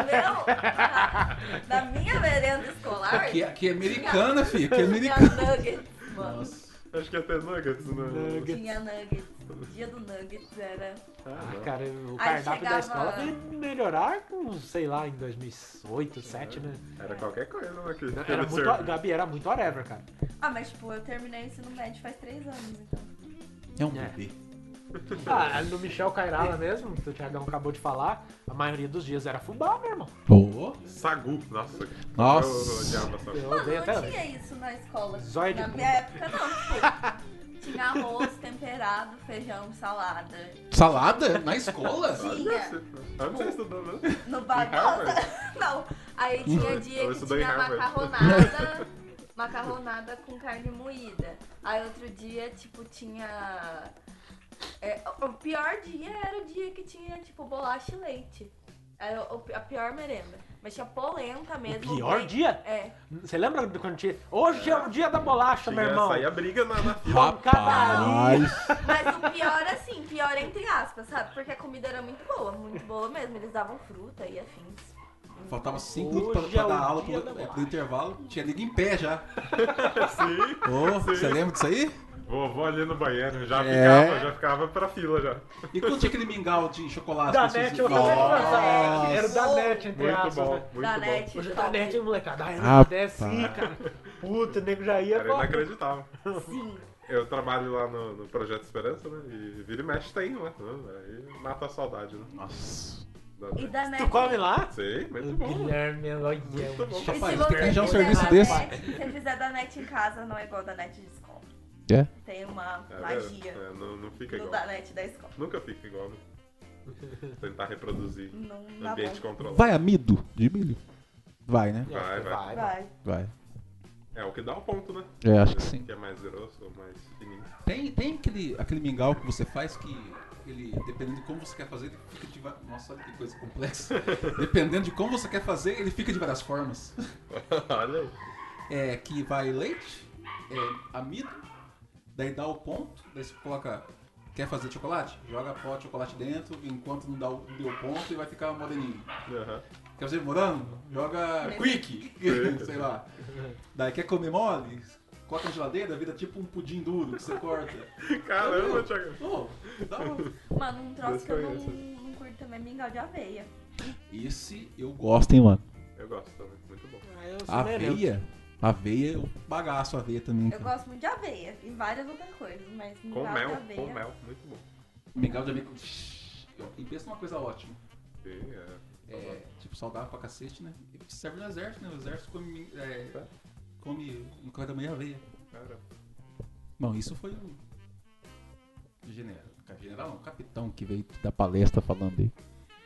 na, na minha merenda escolar, Aqui, aqui é americana, filho. Aqui é tinha americana. nuggets, mano. Nossa. Acho que ia ter nuggets, né? Nuggets. Tinha nuggets. O dia do nuggets era... Ah, não. cara, o Aí cardápio da chegava- escola veio melhorar com, sei lá, em dois mil e oito, dois mil e sete, né? Era qualquer coisa, né? Que, que Era ele muito, servia. Gabi, era muito whatever, cara. Ah, mas tipo, eu terminei o ensino médio faz três anos, então. É um É. bebê. Ah, no Michel Cairala mesmo, que o Thiagão acabou de falar, a maioria dos dias era fubá, meu irmão. Ô. Sagu, nossa. Nossa. Eu odiava sagu. Eu Mano, odeio até não hoje. tinha isso na escola. Zóio de na bunda. minha época não, tipo, tinha arroz, temperado, feijão, salada. Salada? Na escola? Tinha. Onde você estudou, né? No Harvard? Barbosa? Não. Aí tinha dia Eu que estudei em tinha Harvard. macarronada, macarronada com carne moída. Aí outro dia, tipo, tinha... é, o o pior dia era o dia que tinha, tipo, bolacha e leite. Era o- a pior merenda. Mas tinha polenta mesmo. pior bem- dia? É. Você lembra de quando tinha. Hoje é, o dia da bolacha, meu Tinha, irmão. saía briga na, na fila. Rapaz. Mas o pior, assim, pior entre aspas, sabe? Porque a comida era muito boa, muito boa mesmo. Eles davam fruta e afins. Faltava cinco minutos pra, Hoje pra é o dar aula dia pro, da é, bolacha. pro intervalo. Tinha liga em pé já. Sim. Ô, Sim. você lembra disso aí? Vou, vou ali no banheiro. Já É. ficava, já ficava pra fila já. E quando tinha aquele mingau de chocolate? Da que net, vocês- eu também Nossa. gostava. Era da net, entre Muito aspas. bom, né? muito Da bom. net. Hoje é da net, hein, molecada. Ah, era Rapaz. da net sim, cara. Puta, o nego já ia. Era pô. inacreditável. Sim. Eu trabalho lá no, no Projeto Esperança, né? E vira e mexe tem, né? Aí mata a saudade, né? Nossa. Da E net. da net. Tu come lá? Sei, muito bom. Guilherme, olha. Muito bom. E Rapaz, se tem que você arranjar um fizer serviço da desse. net- Se você fizer da net em casa, não é igual da net de escola. É? Tem uma É, magia é, não, não fica no igual. da net da escola. Nunca fica igual, né? Tentar reproduzir Não dá ambiente bom. controlado. Vai amido de milho? Vai, né? Vai, vai. Vai. Vai. É o que dá o ponto, né? É, acho que sim. Que é mais grosso ou mais fininho. Tem, tem aquele, aquele mingau que você faz que ele, dependendo de como você quer fazer, ele fica de va- Nossa, olha que coisa complexa. Dependendo de como você quer fazer, ele fica de várias formas. Olha aí. É que vai leite, é, amido, daí dá o ponto, daí você coloca. Quer fazer chocolate? Joga pó de chocolate dentro, enquanto não dá o, deu o ponto e vai ficar moreninho. Aham. Quer fazer morango? Joga quick, sei lá. Daí quer comer mole? Coloca na geladeira, vira tipo um pudim duro que você corta. Caramba, Thiago. Oh, dá uma... Mano, um troço que eu não, Desconheço. não curto também é mingau de aveia. Esse eu gosto, hein, mano. Eu gosto também, muito bom. Ah, eu sou meio neutro. Aveia? Aveia, eu bagaço aveia também. Eu gosto muito de aveia e várias outras coisas, mas Com mingau mel, de aveia. com mel, muito bom. Mingau de aveia. E pensa numa coisa ótima. Sim, é. É, tipo, saudável pra cacete, né? E serve no exército, né? O exército come, é, come no café da manhã aveia. Cara, Bom, isso foi o general, general não, capitão que veio da palestra falando aí.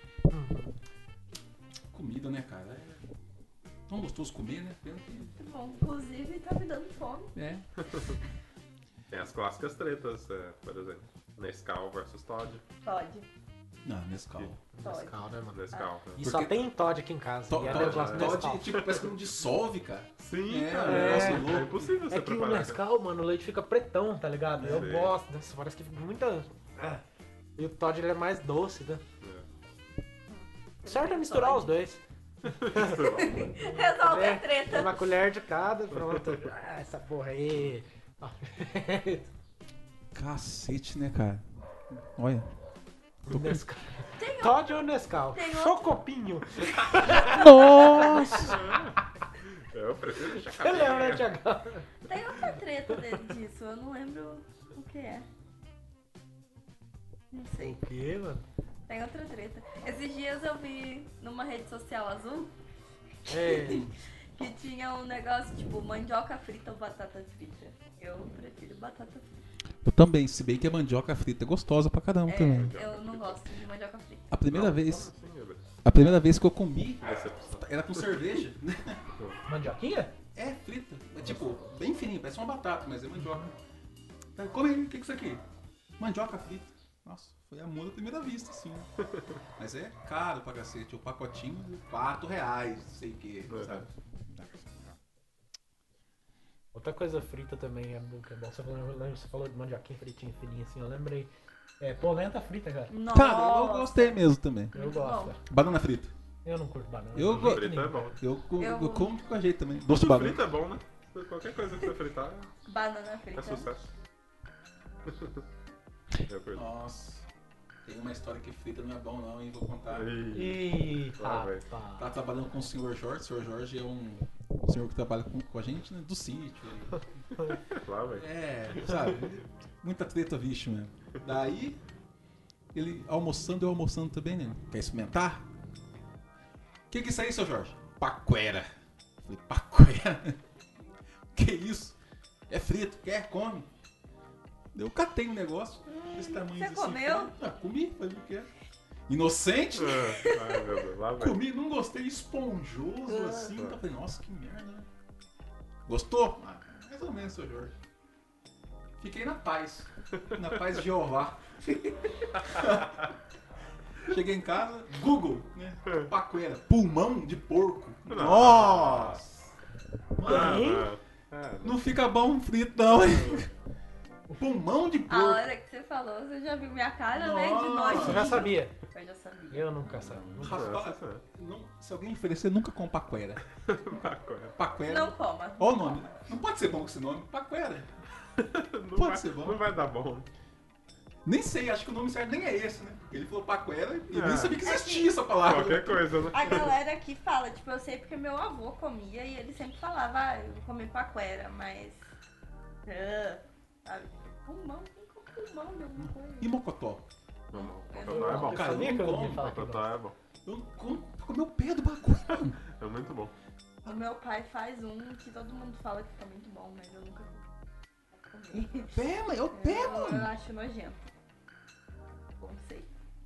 Comida, né, cara? É tão gostoso comer, né? Pena que... Muito bom. Inclusive, tá me dando fome. É. tem as clássicas tretas, é, por exemplo, Nescau versus Todd. Pode. Não, Nescau. Pode. Nescau, né, mano? Nescau. né? E Porque- só tem Todd aqui em casa. To- e é Todd, negócio do Nescau. Todd, tipo, parece que não dissolve, cara. Sim, É, cara, é é, negócio é louco. impossível você É que o preparar. Nescau, mano, o leite fica pretão, tá ligado? Eu Sim. gosto, nossa, parece que fica muita... Ah. E o Todd, ele é mais doce, né? Certo é misturar os dois. Resolve É, a treta. Uma colher de cada, pronto. Ah, essa porra aí. Cacete, né, cara? Olha. Nescau. Tem um- Todd ou Nescau? Tem outro- Chocopinho. Nossa! Eu prefiro deixar Você lembra, né, cabeça. Thiagão? Tem outra treta dele disso, eu não lembro o que é. Não sei. O quê, mano? Tem outra treta. Esses dias eu vi numa rede social azul É, que tinha um negócio tipo mandioca frita ou batata frita. Eu prefiro batata frita. Eu também, se bem que a mandioca frita é gostosa pra caramba também. É, eu não gosto de mandioca frita. A primeira Não, vez, como assim, Gabriel? a primeira vez que eu comi, Decepção. era com cerveja. Mandioquinha? É frita, é tipo, bem fininho, parece uma batata, mas é mandioca. Aí, come aí, o que que é isso aqui? Mandioca frita. Nossa, foi amor à primeira vista, sim. Mas é caro pra cacete, o pacotinho de quatro reais, não sei o que, É. sabe? Outra coisa frita também é bom, que é bom. Você falou, eu lembro- você falou de mandioquinha fritinha, fininha assim, eu lembrei. É, polenta frita, cara. Nossa. Cara, eu gostei mesmo também. Eu Muito gosto. bom. Banana frita. Eu não curto banana. Eu de go- jeito Frita é nenhum. bom. Eu, co- Eu- eu como de qualquer jeito também. Doce Doce de banana. frito é bom, né? Qualquer coisa que você fritar Banana é frita. sucesso. Eu curto. Nossa, tem uma história que frita não é bom não, hein? Vou contar. Ih, Ih, Lá, velho. rapaz. Tá trabalhando com o senhor Jorge. O senhor Jorge é um senhor que trabalha com, com a gente, né? Do sítio. Lá, velho. É, sabe? Muita treta, bicho mesmo. Daí, ele almoçando, eu almoçando também, né? Quer experimentar? O que que é isso aí, seu Jorge? Paquera. Falei, paquera? Que isso? É frito, quer? Come. Eu catei um negócio desse tamanho você assim. comeu? Ah, comi, falei o quê? Inocente? Ah, Ai, meu Deus. Lá, velho. Comi, não gostei, esponjoso assim. Eu falei, nossa, que merda. né? Gostou? Ah, mais ou menos, seu Jorge. Fiquei na paz. Na paz de Jeová. Cheguei em casa, Google, né? Paquera, pulmão de porco. Nossa! Ah, ah, Não fica bom frito, não, hein? Pulmão de A porco. hora que você falou, você já viu minha cara, né? De Nossa. noite. Eu já sabia. Eu já sabia. Eu nunca sabia. Nunca sabia. Rapaz, não- se alguém oferecer, nunca com paquera. Paquera. Paquera. Não coma. Olha o nome. Não pode ser bom com esse nome. Paquera. Não Pode vai, ser bom. Não vai dar bom. Nem sei, acho que o nome certo nem é esse, né? Porque ele falou paquera e eu É. nem sabia que existia essa palavra. Qualquer coisa, né? A galera aqui fala, tipo, eu sei porque meu avô comia e ele sempre falava, ah, eu vou comer paquera, mas. Ah, sabe? Pulmão, tem com pulmão de alguma coisa. E mocotó? Não, não. Eu Totó não- é bom. Eu Cara, sabia eu que eu não não ia como. falar que Totó é bom. Eu não como pra comer o pé do bagulho, mano. É muito bom. O meu pai faz um que todo mundo fala que fica muito bom, mas eu nunca comi. Pé, mano, é o pé, Eu, eu mano. acho nojento. Não sei.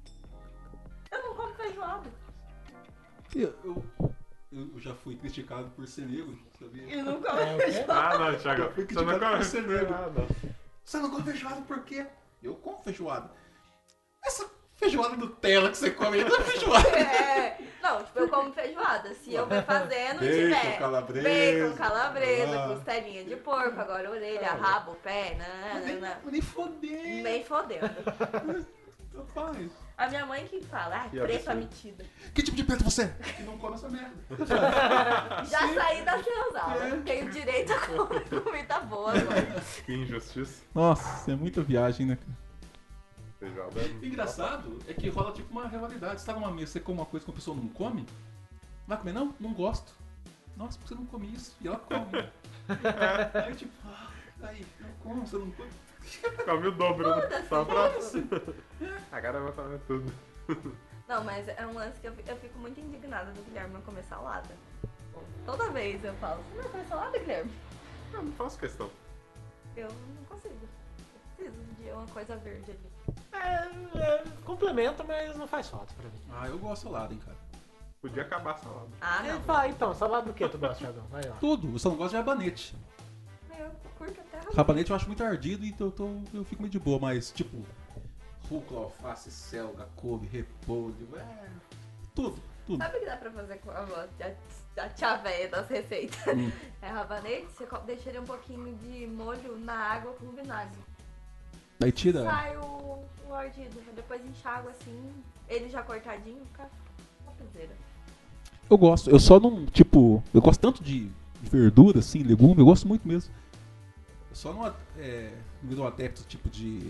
Eu não como feijoada. Eu, eu, eu já fui criticado por ser negro, sabia? Eu não como É o quê? Ah, não, Thiago. Eu fui Você não criticado come. por ser negro. Ah, não. Você não come feijoada por quê? Eu como feijoada. Essa feijoada Nutella que você come aí não é feijoada. É, não, tipo, eu como feijoada. Se eu ver fazendo, Bacon, tiver calabresa. bacon, calabresa, Ah. costelinha de porco, agora orelha, rabo, pé, nanana, Nem foder. nem fodendo. Rapaz. A minha mãe que fala, ah, Que preta absurdo. metida. Que tipo de preto você é? Que não come essa merda. Já saí da senzala. É. Tenho direito a comer comida boa agora. Que injustiça. Nossa, é muita viagem, né? Feijoada. O engraçado é que rola tipo uma rivalidade. Você tá numa mesa, você come uma coisa que a pessoa não come? Vai comer? Não? Não gosto. Nossa, por que você não come isso? E ela come. Aí tipo, ah, aí, não como, você não come. Come o dobro, né? Foda-se, Só pra. Foda-se. Agora eu vou comer tudo. Não, mas é um lance que eu, fi- eu fico muito indignada do Guilherme não comer salada. Toda vez eu falo, você não come salada, Guilherme? Eu não faço questão. Eu não consigo. Eu preciso de uma coisa verde ali. É, é, complementa, mas não faz falta pra mim. Ah, eu gosto de salada, hein, cara. Podia acabar a salada. Ah, Aí não. fala, então, salada do que tu gosta, Thiagão? Vai lá. Tudo, eu só não gosto de rabanete. Eu curto até a Rabanete eu acho muito ardido, então eu, tô, eu fico meio de boa, mas tipo, rúcula, alface, selga, couve, repolho, é, tudo, tudo. Sabe o que dá pra fazer com a avó? A, a tia véia das receitas. Hum. É rabanete, você co- deixa ele um pouquinho de molho na água com vinagre. Daí tira. Sai o, o ardido. Depois enxágua assim, ele já cortadinho, fica uma peseira. Eu gosto, eu só não, tipo, eu gosto tanto de verdura, assim, legume, eu gosto muito mesmo. Eu só não, é, não virou adepto tipo de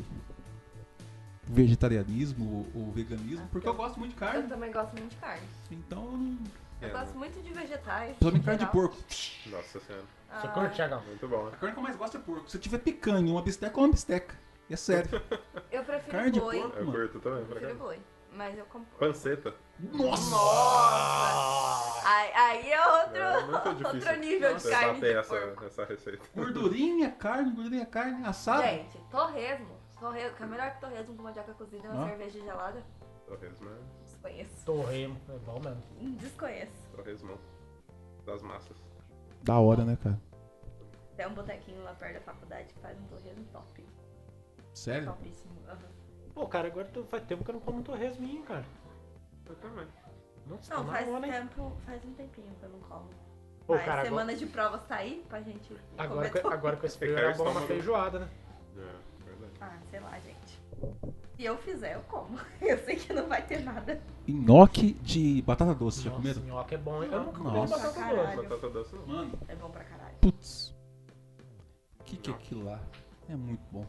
vegetarianismo ou, ou veganismo, porque eu gosto muito de Eu carne. também gosto muito de carne. Então eu não. Eu É, gosto muito de vegetais. Principalmente em carne de geral. porco. Nossa senhora. Você Ah, curte, Thiagão? Muito bom, né? A carne que eu mais gosto é porco. Se eu tiver picanha, uma bisteca ou uma bisteca. É sério. Eu prefiro Carne de boi. porco. Eu Mano. curto também, Eu pra prefiro cá. boi. Mas eu compro. Panceta. Nossa! Nossa! Aí, aí é outro, É muito difícil outro nível de você carne bater de essa, porco. essa receita. Gordurinha, carne, gordurinha, carne, assado. Gente, torresmo. Torresmo, que é melhor que torresmo com mandioca cozida e uma Ó. cerveja gelada. Torresmo é Desconheço. Torremo, é bom mesmo. Desconheço. torresmão das massas. Da hora, né, cara? Tem um botequinho lá perto da faculdade que faz um torresmo top. Sério? Topíssimo. Aham. Pô, cara, agora tu- faz tempo que eu não como um torresminho, cara. Eu também. Nossa, Não, tá faz na hora, hein? tempo, faz um tempinho que eu não como. Pô, Mas cara, agora, semana de prova sair pra gente agora, comer que, agora com esse frio Ficar era bom uma estômago. feijoada, né? É, verdade. Ah, sei lá, gente. Se eu fizer, eu como. Eu sei que não vai ter nada. Nhoque de batata doce, já Nossa, comeram? nhoque é bom, hein? Eu nunca comi Nossa. batata Caralho. doce. Batata doce não. Mano, É bom pra caralho. putz. O que, que é aquilo lá? É muito bom.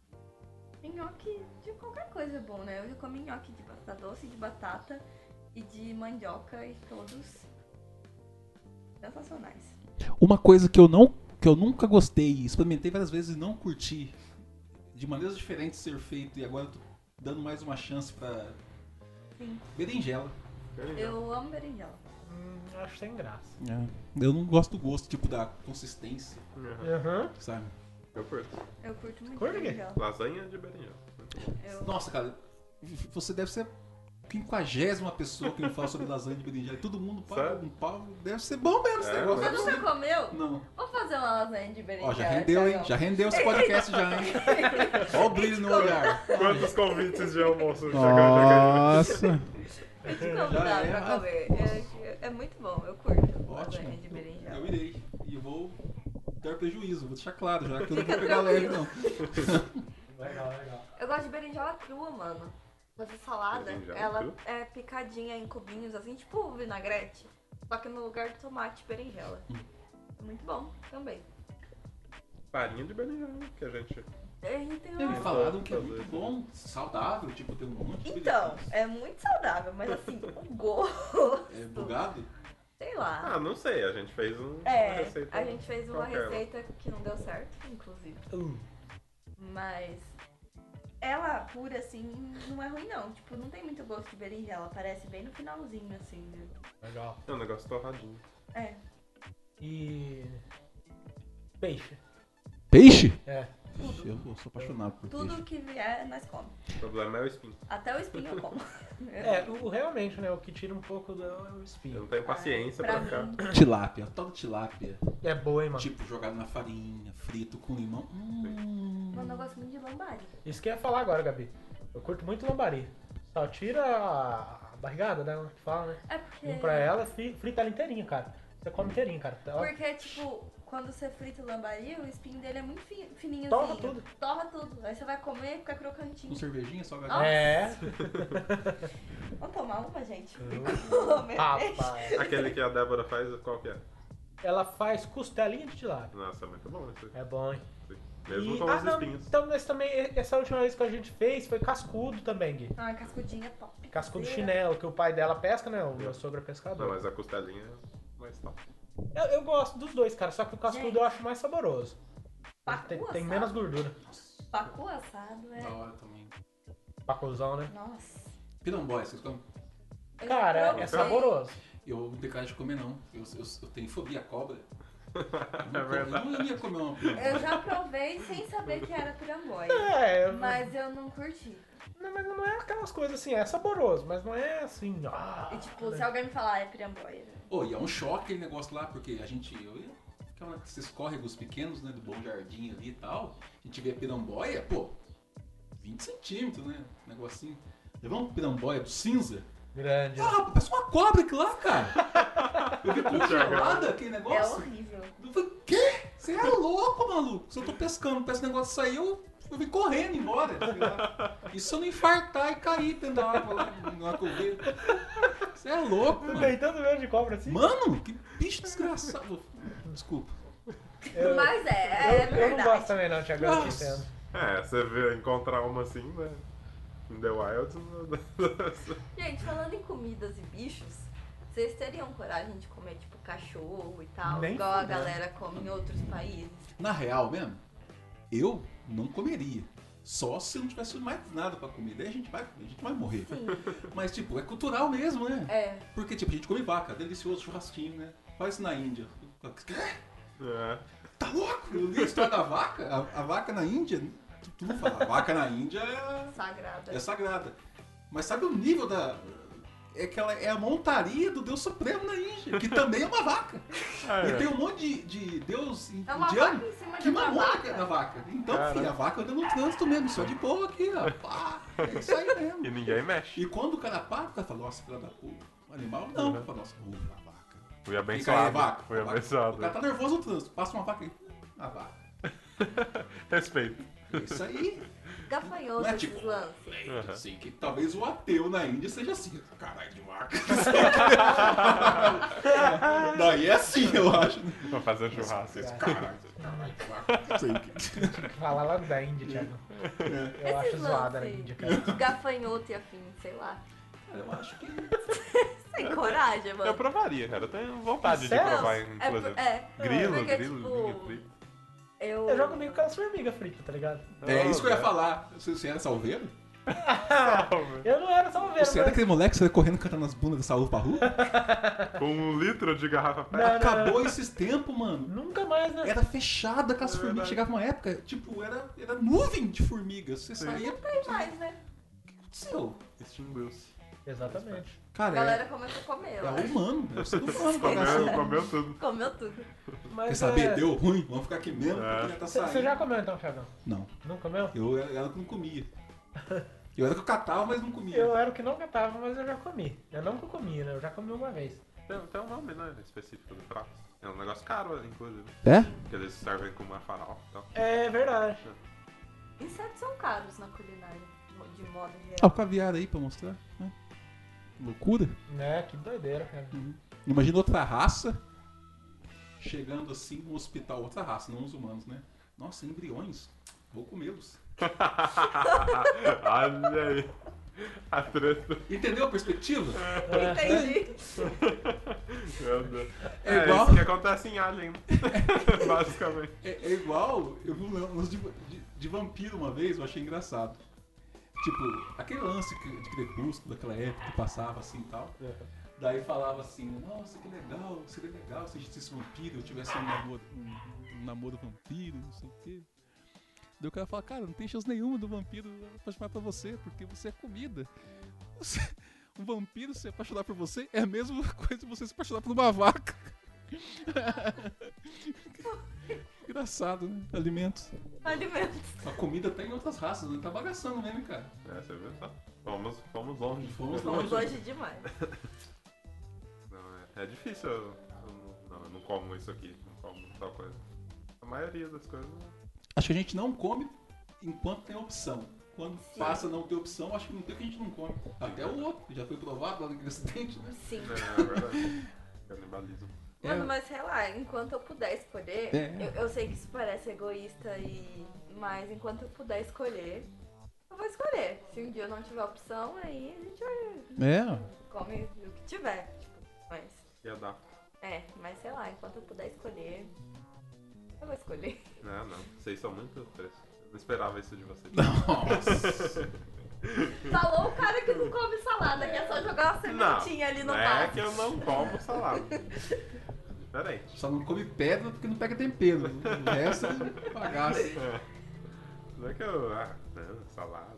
Nhoque de qualquer coisa é bom, né? Eu já comi nhoque de batata doce, de batata e de mandioca e todos sensacionais. Uma coisa que eu não, que eu nunca gostei, experimentei várias vezes e não curti, de maneiras diferentes ser feito e agora eu tô dando mais uma chance pra Sim. berinjela. Eu amo berinjela. Hum, acho sem graça. É. Eu não gosto do gosto, tipo da consistência, Uhum. Aham. sabe? Eu curto. Eu curto muito Curte o quê? berinjela. Lasanha de berinjela. Eu... Nossa, cara, você deve ser a quinquagésima pessoa que me fala sobre lasanha de berinjela. Todo mundo paga Sério? um pau. Deve ser bom mesmo esse É, negócio. Você não é nunca possível. comeu? Não. Vamos fazer uma lasanha de berinjela. Ó, já rendeu, hein? Thiagão? Já rendeu esse podcast já, hein? Ó o brilho no olhar. Quantos convites de almoço o Thiagão já ganhou? Nossa. Eu te Já convidar é. pra comer. É, é muito bom, eu curto Ótimo. lasanha de berinjela. Eu irei. E vou dar prejuízo, vou deixar claro já que eu não vou pegar leve, não. Legal, legal. Eu gosto de berinjela crua, mano. Fazer salada, Berinjela ela crua? é picadinha em cubinhos, assim, tipo vinagrete. Só que no lugar do tomate, berinjela. É muito bom também. Farinha de berinjela, que a gente... E tem Me uma... falaram que é muito bom, saudável, tipo, tem um monte de Então, benefícios. é muito saudável, mas assim, o gosto, É bugado? sei lá. Ah, não sei, a gente fez um, uma É, receita. a gente fez uma qualquer lá. receita que não deu certo, inclusive. Uh, Mas ela pura, assim, não é ruim não. Tipo, não tem muito gosto de berinjela. Aparece bem no finalzinho, assim. Né? legal. É um negócio torradinho. É. E. Peixe. Peixe? É. Ixi, eu sou apaixonado por Tudo peixe. que vier, nós comemos. O problema é o espinho. Até o espinho eu como. É, o, realmente, né? O que tira um pouco do é o Eu espinho. não tenho paciência pra pra ficar. mim. Tilápia, toda tilápia. É boa, hein, mano? Tipo, jogado na farinha, frito com limão. Hum. Mano, eu gosto muito de lambari. Isso que eu ia falar agora, Gabi. Eu curto muito lambari. Só tira a a barrigada dela, que fala, né? É porque... Vem pra ela, fri- frita ela inteirinha, cara. Você come inteirinho, cara. Ela Porque, tipo, quando você frita o lambari, o espinho dele é muito fi- fininhozinho. Torra tudo. Torra tudo. Aí você vai comer e fica Com crocantinho. cervejinha, só Nossa. É. Vamos tomar uma, gente? Rapaz. Aquele que a Débora faz, qual que é? Ela faz costelinha de tilápia. Nossa, é muito bom isso aí. É bom, hein? Sim. Mesmo E- com ah, os não, espinhos. então, mas também, essa última vez que a gente fez foi cascudo também, Gui. Ah, cascudinha top. Cascudo Caseira. chinelo, que o pai dela pesca, né? O meu É. sogro é Não, pescador. mas a costelinha é mais top. Eu, eu gosto dos dois, cara, só que o cascudo Gente. eu acho mais saboroso. Pacu Tem, tem assado. menos gordura. Pacu assado é... Da hora também. Pacuzão, né? Nossa. Piramboia, vocês comem? Eu já Cara, é provei. saboroso. Eu não tenho cara de comer, não. Eu, eu, eu tenho fobia a cobra. Eu É não, como- verdade. eu não ia comer uma piramboia. Eu já provei sem saber que era piramboia. É, Mas eu não curti. não, mas não é aquelas coisas assim, é saboroso, mas não é assim. Ah, E tipo, né? se alguém me falar é piramboia. Ô, e é um choque aquele negócio lá, porque a gente. Eu ia ficar nesses córregos pequenos, né? Do Bom Jardim ali e tal. A gente vê a piramboia, pô, vinte centímetros, né? Negocinho. Levamos uma piramboia do cinza. Grande. Ah, rapaz, parece uma cobra aquilo lá, cara. Eu vi congelada aquele É negócio. horrível. Eu falei, quê? Você é louco, maluco? Se eu tô pescando pra esse negócio sair, eu, eu vim correndo embora. sei lá. E se eu não infartar e cair dentro da água lá, na hora que eu ver? Você é louco, mano. Tem tanto medo de cobra assim? Mano, que bicho desgraçado. Desculpa. Eu, Mas é, eu, é eu não verdade. gosto também não, Thiago, eu te Nossa. entendo. É, você vê encontrar uma assim, né? In the Wilds. Gente, falando em comidas e bichos, vocês teriam coragem de comer, tipo, cachorro e tal? Nem igual a fudendo. galera come em outros países? Na real mesmo, eu não comeria. Só se não tivesse mais nada pra comer. Daí a gente vai comer, a gente vai morrer. Sim. Mas, tipo, é cultural mesmo, né? É. Porque, tipo, a gente come vaca, delicioso churrasquinho, né? Faz isso na Índia. É. Tá louco? Eu li a história da vaca. A, a vaca na Índia, tu, tu não fala, a vaca na Índia é, Sagrada. é sagrada. Mas sabe o nível da... É que ela é a montaria do Deus Supremo na Índia, que também é uma vaca. Ah, E é. tem um monte de, de Deus É uma indiano vaca em cima que de uma mamona vaca. da vaca. Então, Caramba. filho, a vaca anda no trânsito mesmo, só de boa aqui, ó. Pá, é isso aí mesmo. E ninguém mexe. E quando o cara para, o cara fala, nossa, filha da puta. O animal não. Uhum. Fala, nossa, ufa, a vaca. Fui Fica aí, abençoado. vaca. Fui A vaca. abençoado. O cara tá nervoso no trânsito, passa uma vaca aí. A vaca. Respeito. É isso aí. Gafanhoto Não é esses tipo- lances. Uhum. Sei que talvez o ateu na Índia seja assim. Caralho de vaca. Daí é assim, eu acho. né? Pra fazer um churrasco. Caralho, caralho de vaca. Sei que... Fala logo da Índia, Thiago. Eu acho Esses zoada a lances Índia, cara. de gafanhoto e afim, sei lá. Cara, eu acho que... Sem coragem, Eu mano. provaria, cara. Eu tenho vontade de Sério? provar, É, inclusive. por- é, Grilo, porque, grilo, tipo, linguinha frita. Eu... Eu jogo meio com aquelas formigas fritas, tá ligado? É isso que eu ia Oh, falar. Você, você era salveiro? Eu não era salveiro, Você era mas... aquele moleque que você ia correndo cantando as bundas da Saúl pra rua? Com um litro de garrafa pet. Não, não, Acabou esses tempos, mano. Nunca mais, né? Era fechada com as É formigas. verdade. Chegava uma época, tipo, era, era nuvem de formigas. Você Sim. saía. Tem mais, né? O que aconteceu? Extinguiu-se. Exatamente. A Cara, galera é, começou a comer, é eu acho. humano. É o ser humano. Comeu, bagaceiro. comeu tudo. Comeu tudo. Mas, Quer saber? é, Deu ruim? Vamos ficar aqui mesmo É. porque já tá Você saindo. você já comeu então, Thiagão? Não. Não comeu? Eu era era o que não comia. Eu era que eu catava, mas não comia. Eu era o que não catava, mas eu já comi. Eu não que eu comi, né? Eu já comi uma vez. Tem, tem um nome, né? Específico do prato. É um negócio caro, inclusive. É? Que eles servem com uma farofa e tal. É verdade. Insetos são caros na culinária, de modo Ah, o geral. caviar aí pra mostrar. né? Loucura. Né? Que doideira, cara. Imagina outra raça chegando assim no hospital. Outra raça, não os humanos, né? Nossa, embriões. Vou comê-los. Olha aí. A treta. Entendeu a perspectiva? Entendi. Meu Deus. É É, igual- isso que acontece em Alien. Basicamente. É, é igual, eu vi um lance de, de, de vampiro uma vez, eu achei engraçado. Tipo, aquele lance que- de Crepúsculo, daquela época que passava assim e tal. Daí falava assim, nossa, que legal, seria legal se existisse vampiro, eu tivesse um namoro, um, um namoro vampiro, não sei o quê. Daí o cara fala, cara, não tem chance nenhuma do vampiro apaixonar por você, porque você é comida. Você- um vampiro se apaixonar por você é a mesma coisa que você se apaixonar por uma vaca. Engraçado, né? Alimentos. Alimentos. A comida tá em outras raças, né? Tá bagaçando mesmo, cara. É, você viu só? Fomos, fomos longe. Fomos Fomos longe demais. Não, é, é difícil. Eu, eu não, não, eu não como isso aqui. Não como tal coisa. A maioria das coisas. Acho que a gente não come enquanto tem opção. Quando Sim. passa a não ter opção, acho que não tem o que a gente não come. Até o outro, que já foi provado lá naquele acidente, né? Sim. É, é verdade. Canibalismo. Mano, mas sei lá, enquanto eu puder escolher, É. eu, eu sei que isso parece egoísta e. Mas enquanto eu puder escolher, eu vou escolher. Se um dia eu não tiver opção, aí a gente vai. É. Come o que tiver. Tipo, mas. E a dar. É, mas sei lá, enquanto eu puder escolher, eu vou escolher. Não, não. Vocês são muito frescos. Eu não esperava isso de vocês. Nossa. Falou o cara que não come salada, que é só jogar uma Não, sementinha ali no não é vaso. que eu não como salada. Diferente. Só não come pedra porque não pega tempero. O resto é bagaço. É. Não é que eu. Ah, não, salada.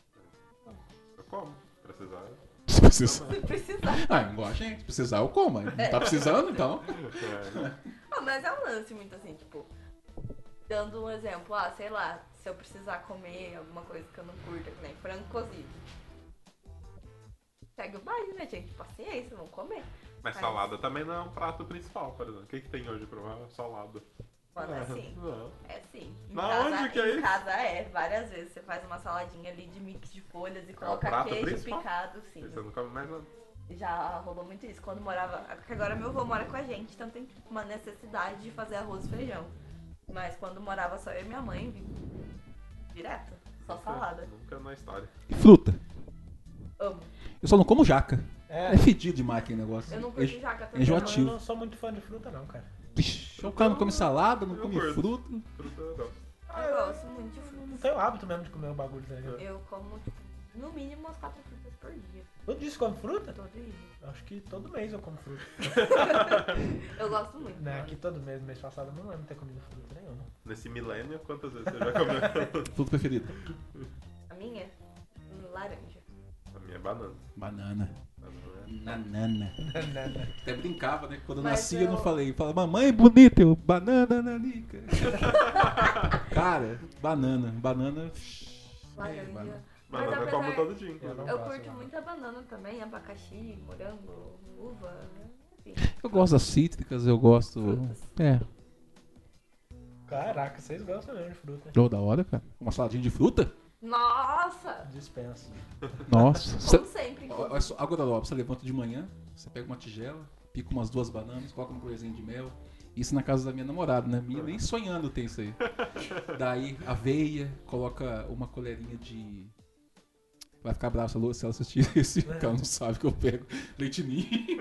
Eu como. Se precisar. Se precisar. Se precisar. Ah, igual a gente. Se precisar, eu como. Mas não tá precisando, então. É. Ah, mas é um lance muito assim, tipo, dando um exemplo, ah, sei lá, se eu precisar comer alguma coisa que eu não curto, que nem frango cozido. Segue o baile, né, gente? Paciência, vamos comer. Mas salada também não é um prato principal, por exemplo. O que, que tem hoje pra uma salada? Mano, é sim. Não. É sim. Em Na casa, onde que é em isso? casa é, várias vezes. Você faz uma saladinha ali de mix de folhas e coloca É prato queijo principal? picado, sim. Você não come mais nada. Já rolou muito isso. Quando morava. Porque agora meu avô mora com a gente, então tem uma necessidade de fazer arroz e feijão. Mas quando morava só eu e minha mãe, vi- direto. Só salada. Nunca na história. E fruta. Amo. Eu só não como jaca. É, É fedido demais aquele negócio. Eu não curto Enjo- jaca é também. enjoativo. eu não sou muito fã de fruta, não, cara. Vixe, o cara não come salada, não Eu come curto. fruta. Fruta eu gosto. não. Eu gosto muito de fruta. tenho hábito mesmo de comer o bagulho, tá ligado? Eu como, tipo, no mínimo umas quatro frutas por dia. Todo dia você come fruta? Todo dia. Acho que todo mês eu como fruta. Eu gosto muito. Né, mano. aqui todo mês, mês passado eu não lembro de ter comido fruta nenhuma. Nesse milênio, quantas vezes você já comeu? Fruta preferida? A minha? Hum, Laranja. A minha é banana. Banana. Banana Banana. Até brincava, né? Quando eu Mas nasci eu não eu- falei. Fala, mamãe bonita, eu, banana, nanica. Cara, banana. Banana. Laranja. É, banana. Mas Banana eu apesar- como todo dia, Eu inclusive. não Eu gosto, curto não. muita banana também, abacaxi, morango, uva, enfim. Eu gosto das cítricas, eu gosto. Frutas. É. Caraca, vocês gostam mesmo de fruta. Oh, da hora, cara. Uma saladinha de fruta? Nossa! Dispensa. Nossa. Cê- Como sempre. Ó, olha só, agora, ó, você levanta de manhã, você pega uma tigela, pica umas duas bananas, coloca uma colherzinha de mel. Isso na casa da minha namorada, né? Minha nem sonhando tem isso aí. Daí, aveia, coloca uma colherinha de... Vai ficar brava se ela- se ela assistir esse, porque ela não sabe que eu pego leite ninho.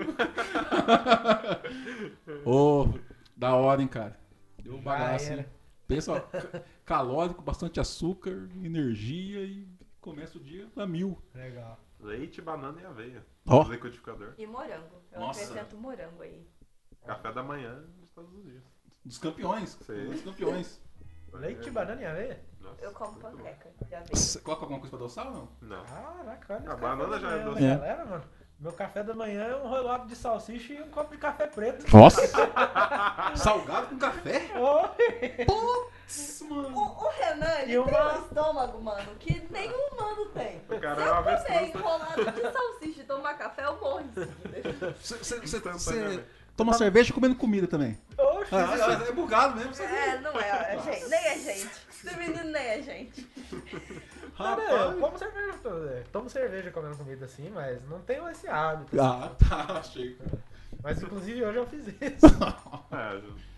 Ô, da hora, hein, cara. Deu um Já bagaço, hein? era. Pensa, ó, ca- calórico, bastante açúcar, energia e começa o dia a mil. Legal. Leite, banana e aveia. Ó. No liquidificador. E morango. Eu Nossa. acrescento morango aí. Café da manhã de todos os dias. Dos campeões. Sim. Dos campeões. Leite, banana e aveia? Nossa, Eu como muito bom. panqueca de aveia. Você coloca alguma coisa pra adoçar ou não? Não. Caraca, olha A esse banana café já da é manhã doce. da É. galera, mano. Meu café da manhã é um rolado de salsicha e um copo de café preto. Nossa! Salgado com café? Oi. Putz, O, mano. o Renan, ele E uma- tem um estômago, mano, que nenhum humano tem. O cara Se é eu uma comer avestruz. enrolado de salsicha e tomar café, eu morro em seguida. Você toma cerveja comendo comida também. Oxe, Ah, ah, é bugado mesmo. Você É, não é, é gente, nem é gente. Esse menino nem é gente. Cara, eu Rapaz. como cerveja, toda- tomo cerveja comendo comida assim, mas não tenho esse hábito. Ah, tá, achei. Mas inclusive hoje eu fiz isso. É,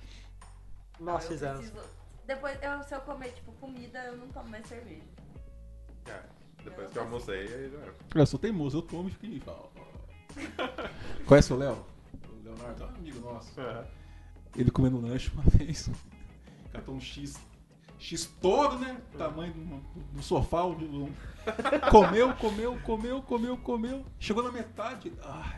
Nós Eu fizemos. preciso- Depois, eu, se eu comer, tipo, comida, eu não tomo mais cerveja. é. Depois que eu almocei, aí já era. Eu sou teimoso, eu tomo e fico aí. Ó, ó. Conhece o Léo? O Leonardo é um amigo nosso. É. Ele comendo lanche uma vez. Catou um X. X todo, né? Tamanho do, do sofá. o- o- Comeu, comeu, comeu, comeu, comeu. Chegou na metade. Ai.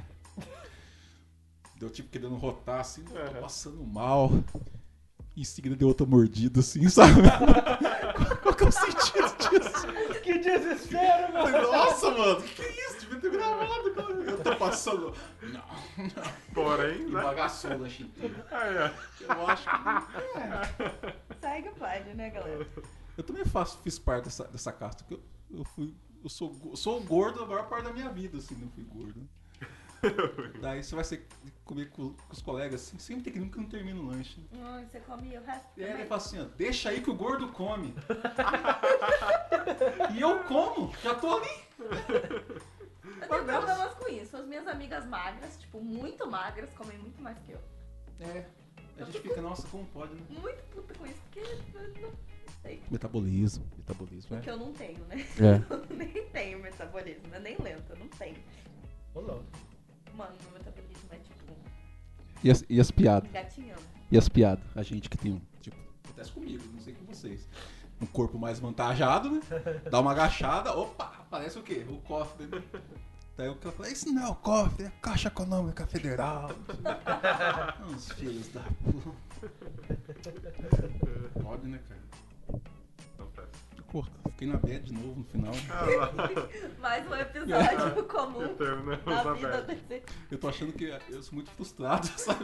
Deu tipo querendo rotar assim. Tô Uhum. passando mal. Em seguida deu outra mordida assim, sabe? Qual, qual que é o sentido disso? Que desespero, Falei, mano. nossa, mano, que que é isso? Devia ter gravado, cara. Eu tô passando. Não, não. Porém, E né? bagaçou o lanche inteiro. Aí, ó. Eu acho que. É. Segue o baile, né, galera? Eu também faço, fiz parte dessa, dessa casta, porque eu, eu fui. Eu sou, go- sou gordo a maior parte da minha vida, assim, não fui gordo. Daí você vai ser, comer com, com os colegas, assim, sempre tem que nunca não termina o lanche. Hum, você come o resto E aí ele também? fala assim, ó, deixa aí que o gordo come. E eu como, já tô ali. Eu tenho problemas com isso. As minhas amigas magras, tipo, muito magras, comem muito mais que eu. É. A gente fica, nossa, como pode, né? Muito puta com isso, porque eu não sei. Metabolismo, metabolismo, Porque eu não tenho, né? É. Eu nem tenho metabolismo, é nem lento, eu não tenho. Ô, louco. Mano, meu metabolismo é tipo E as, e as piadas? engatinhando. E as piadas? A gente que tem um, tipo, acontece comigo, não sei com vocês. Um corpo mais vantajado, né? Dá uma agachada, opa, aparece o quê? O cofre, né? Daí o cara fala, isso não é o cofre, é a Caixa Econômica Federal. Uns filhos da puta. Pode, né, cara? Acontece. Pô, fiquei na bad de novo no final. Ah, lá. Mais um episódio comum Eterno, da usa vida velho. desse. Eu tô achando que eu sou muito frustrado, sabe?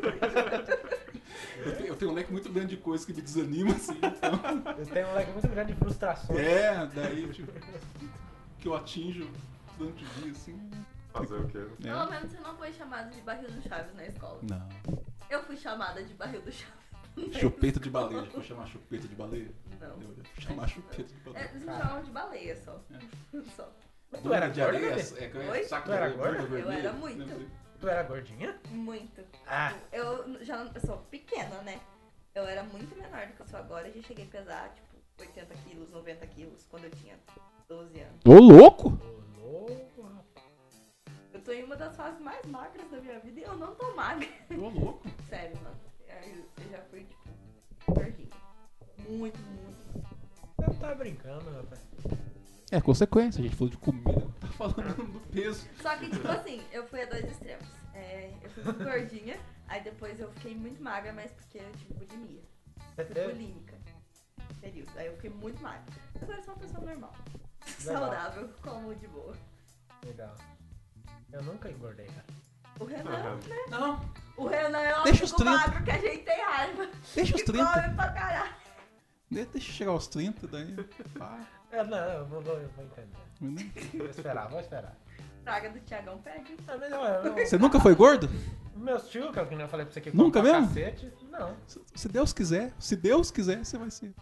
Eu tenho, eu tenho um leque muito grande de coisas que me desanima, assim. Então... Eu tenho um leque muito grande de frustrações. É, daí, tipo, que eu atinjo durante o dia, assim. Fazer o quê? Pelo É. menos você não foi chamada de barril do Chaves na escola. Não. Eu fui chamada de barril do Chaves. Chupeta de baleia. Vou chamar chupeta de baleia? Não. Eu vou chamar chupeta de É, baleia. eles me chamam de baleia só. Só. Tu era de gorda, areia? Bê? É, que é Oi? saco Tu era de gorda? gorda Eu vermelha. era muito. Lembra? Tu era gordinha? Muito. Ah, Eu já eu sou pequena, né? Eu era muito menor do que eu sou agora. Já cheguei a pesar, tipo, oitenta quilos, noventa quilos, quando eu tinha doze anos. Ô, louco! ô, louco, rapaz. Eu tô em uma das fases mais magras da minha vida e eu não tô magra. Ô, louco! Sério, mano. Aí eu já fui, tipo, gordinha. Muito, muito. Eu tá brincando, rapaz. É consequência, a gente falou de comida, tá falando do peso. Só que, tipo assim, eu fui a dois extremos. É, eu fui muito gordinha, aí depois eu fiquei muito magra, mas porque eu tive bulimia. Você Fui teve? bulímica. Período. Aí eu fiquei muito magra. Agora eu sou uma pessoa normal. Legal. Saudável, como de boa. Legal. Eu nunca engordei, cara. O Renan, né? Não, O Renan é o Deixa os único trinta. magro que a gente tem raiva. deixa os Que trinta. come pra caralho. De- Deixa eu chegar aos trinta, daí. Pá, É, não, eu vou, eu vou entender. né? Vou esperar, vou esperar. Praga do Thiagão pede. Ah, mas eu, eu, Você nunca foi gordo? meus tios, que é o que eu falei pra você que Nunca come pra mesmo? cacete, não. Se- Se Deus quiser, se Deus quiser, você vai ser.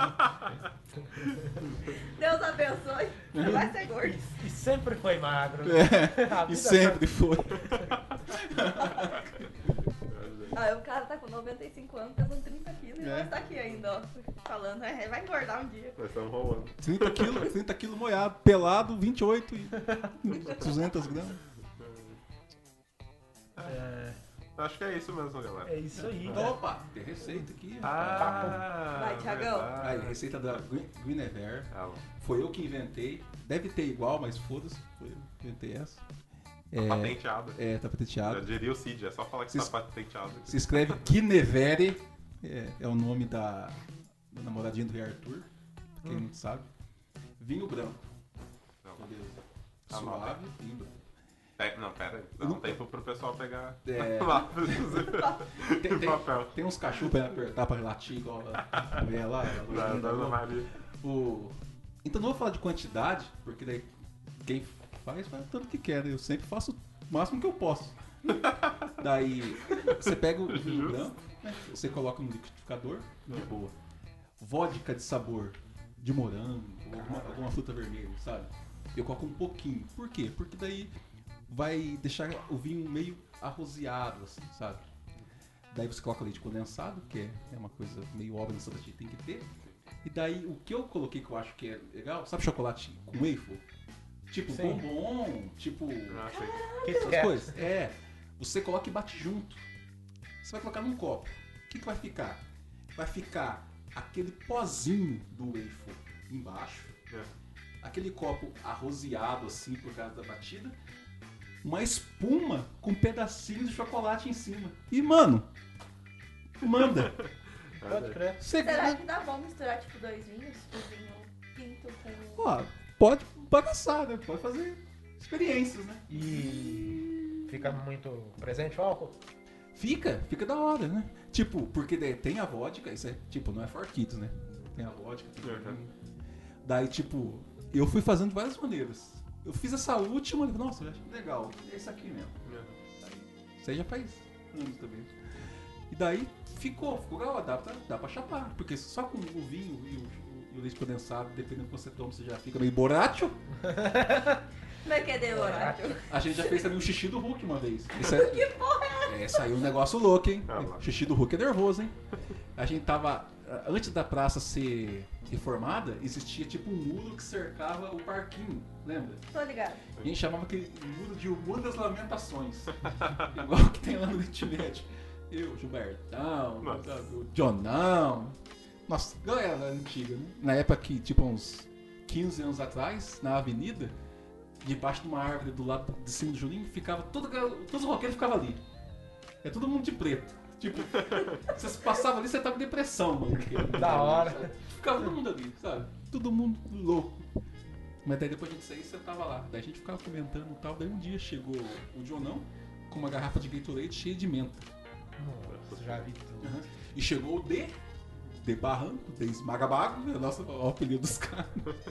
Deus abençoe. Você vai ser gordo. E sempre foi magro. É, A e vida sempre foi. Ah, o cara tá com noventa e cinco anos, pesando trinta quilos e É. nós tá aqui ainda, ó. Falando, é, vai engordar um dia. Nós estamos rolando. trinta quilos, trinta quilos moiado, pelado, vinte e oito e duzentos gramas. É, Acho que é isso mesmo, galera. é isso aí. Opa, tem receita aqui. Ah, Vai, Thiagão. verdade. Aí, receita da Green- Guinevere. Ah, Foi eu que inventei. Deve ter igual, mas foda-se. Foi eu que inventei essa. É, patenteado. é, tá Já patenteado. diria o Cid, é só falar que Vocês- tá patenteado. Se escreve Guinevere. É, é o nome da, da namoradinha do Rei Arthur. Pra quem Hum. não sabe. Vinho branco. Não, Beleza. Tá bom. Suave, vinho branco. pe- não, pera aí. Dá Eu um não- tempo pro pessoal pegar É. lápis Tem, e tem- papel. tem uns cachorros pra apertar pra latir igual a mulher lá. a Da, loirinha da da Ana Globo. Maria. O... Então não vou falar de quantidade, porque daí quem faz faz tanto que quer, né? Eu sempre faço o máximo que eu posso. Daí você pega o vinho branco, né? Você coloca no liquidificador, de boa. Vodka de sabor de morango, ou alguma, alguma fruta vermelha, sabe? Eu coloco um pouquinho. Por quê? Porque daí vai deixar o vinho meio arrozeado, assim, sabe? Daí você coloca leite condensado, que é, é uma coisa meio óbvia nessa gente tem que ter. E daí o que eu coloquei que eu acho que é legal, sabe chocolate com waffle? Tipo Sim. bombom, tipo Ah, sei. Kit essas Kat. coisas. É, você coloca e bate junto. Você vai colocar num copo. O que, que vai ficar? Vai ficar aquele pozinho do waffle embaixo, É. aquele copo arrozeado assim por causa da batida, uma espuma com pedacinhos de chocolate em cima. E mano, manda. Pode crer. Você Será que dá bom misturar, tipo, dois vinhos? O vinho tinto com... Ó, pode bagaçar, né? Pode fazer experiências, né? E fica muito presente o álcool? Fica, fica da hora, né? Tipo, porque daí tem a vodka, isso é, tipo, não é forquitos, né? Tem a vodka, tem o Uhum. vinho. Daí, tipo, eu fui fazendo de várias maneiras. Eu fiz essa última, nossa, eu acho legal, é isso aqui mesmo. Daí, isso aí já faz anos também. E daí ficou, ficou legal, dá pra, dá pra chapar. Porque só com o vinho e o, e o leite condensado, dependendo do que você toma, você já fica meio borracho. Não é que é demorado. A gente já fez também o xixi do Hulk uma vez. Isso é, que porra é? É, saiu um negócio louco, hein? Ah, lá. O xixi do Hulk é nervoso, hein? A gente tava. Antes da praça ser reformada, existia tipo um muro que cercava o parquinho, lembra? Tô ligado. A gente chamava aquele muro de o Muro das Lamentações. Igual que tem lá no Oriente Médio. Eu, Gilbertão, Nossa. o Jonão. Nossa, galera antiga, né? Na época que, tipo, uns quinze anos atrás, na avenida, debaixo de uma árvore do lado de cima do Julinho, ficava todo, todos os roqueiros ficavam ali. É todo mundo de preto. Tipo, você passava ali, você tava com depressão, mano. Da hora. Ficava todo mundo ali, sabe? Todo mundo louco. Mas daí depois a gente saía e você tava lá. Daí a gente ficava comentando e tal. Daí um dia chegou o Jonão com uma garrafa de Gatorade cheia de menta. Nossa, já vi tudo. Uhum. E chegou o D, D Barranco, D Esmagabago, é o nosso o apelido dos caras.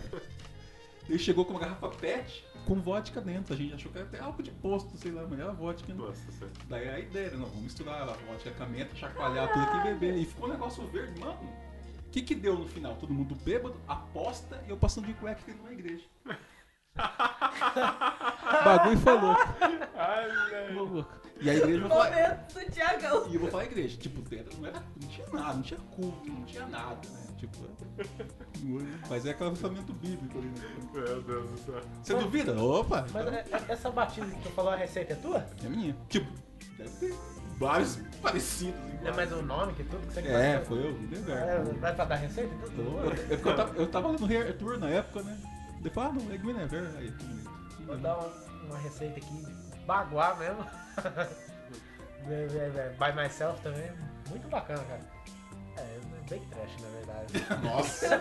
Ele chegou com uma garrafa pet com vodka dentro. A gente achou que era até álcool de posto, sei lá, mas era vodka. Né? Nossa senhora. Daí a ideia era, não, vamos misturar a vodka com a menta, chacoalhar tudo aqui e beber. E ficou um negócio verde, mano. O que que deu no final? Todo mundo bêbado, aposta e eu passando de cueca dentro de uma igreja. O bagulho foi louco. Ai, velho. Foi louco. E a igreja vai falar. Momento do Thiagão. E eu vou falar a igreja, tipo, dentro não, era, não tinha nada, não tinha culto, não tinha nada, né? Tipo, mas é aquele pensamento bíblico ali, né? Meu Deus do céu. Você duvida? Opa! Mas então, é- é- essa batida que tu falou, a receita é tua? é minha. Tipo, deve ter. vários parecidos. É iguais. mais o nome que tudo que você É, quer. foi eu, Lindenberg. É, vai pra dar receita e tudo? Eu, eu, eu, tava- eu tava lá no Rei Arthur na época, né? Depois, ah, não, é Guinevere. Aí, que bonito. Vou dar uma, uma receita aqui, baguá mesmo. By by myself também, muito bacana, cara. É, bem trash, na verdade. Nossa!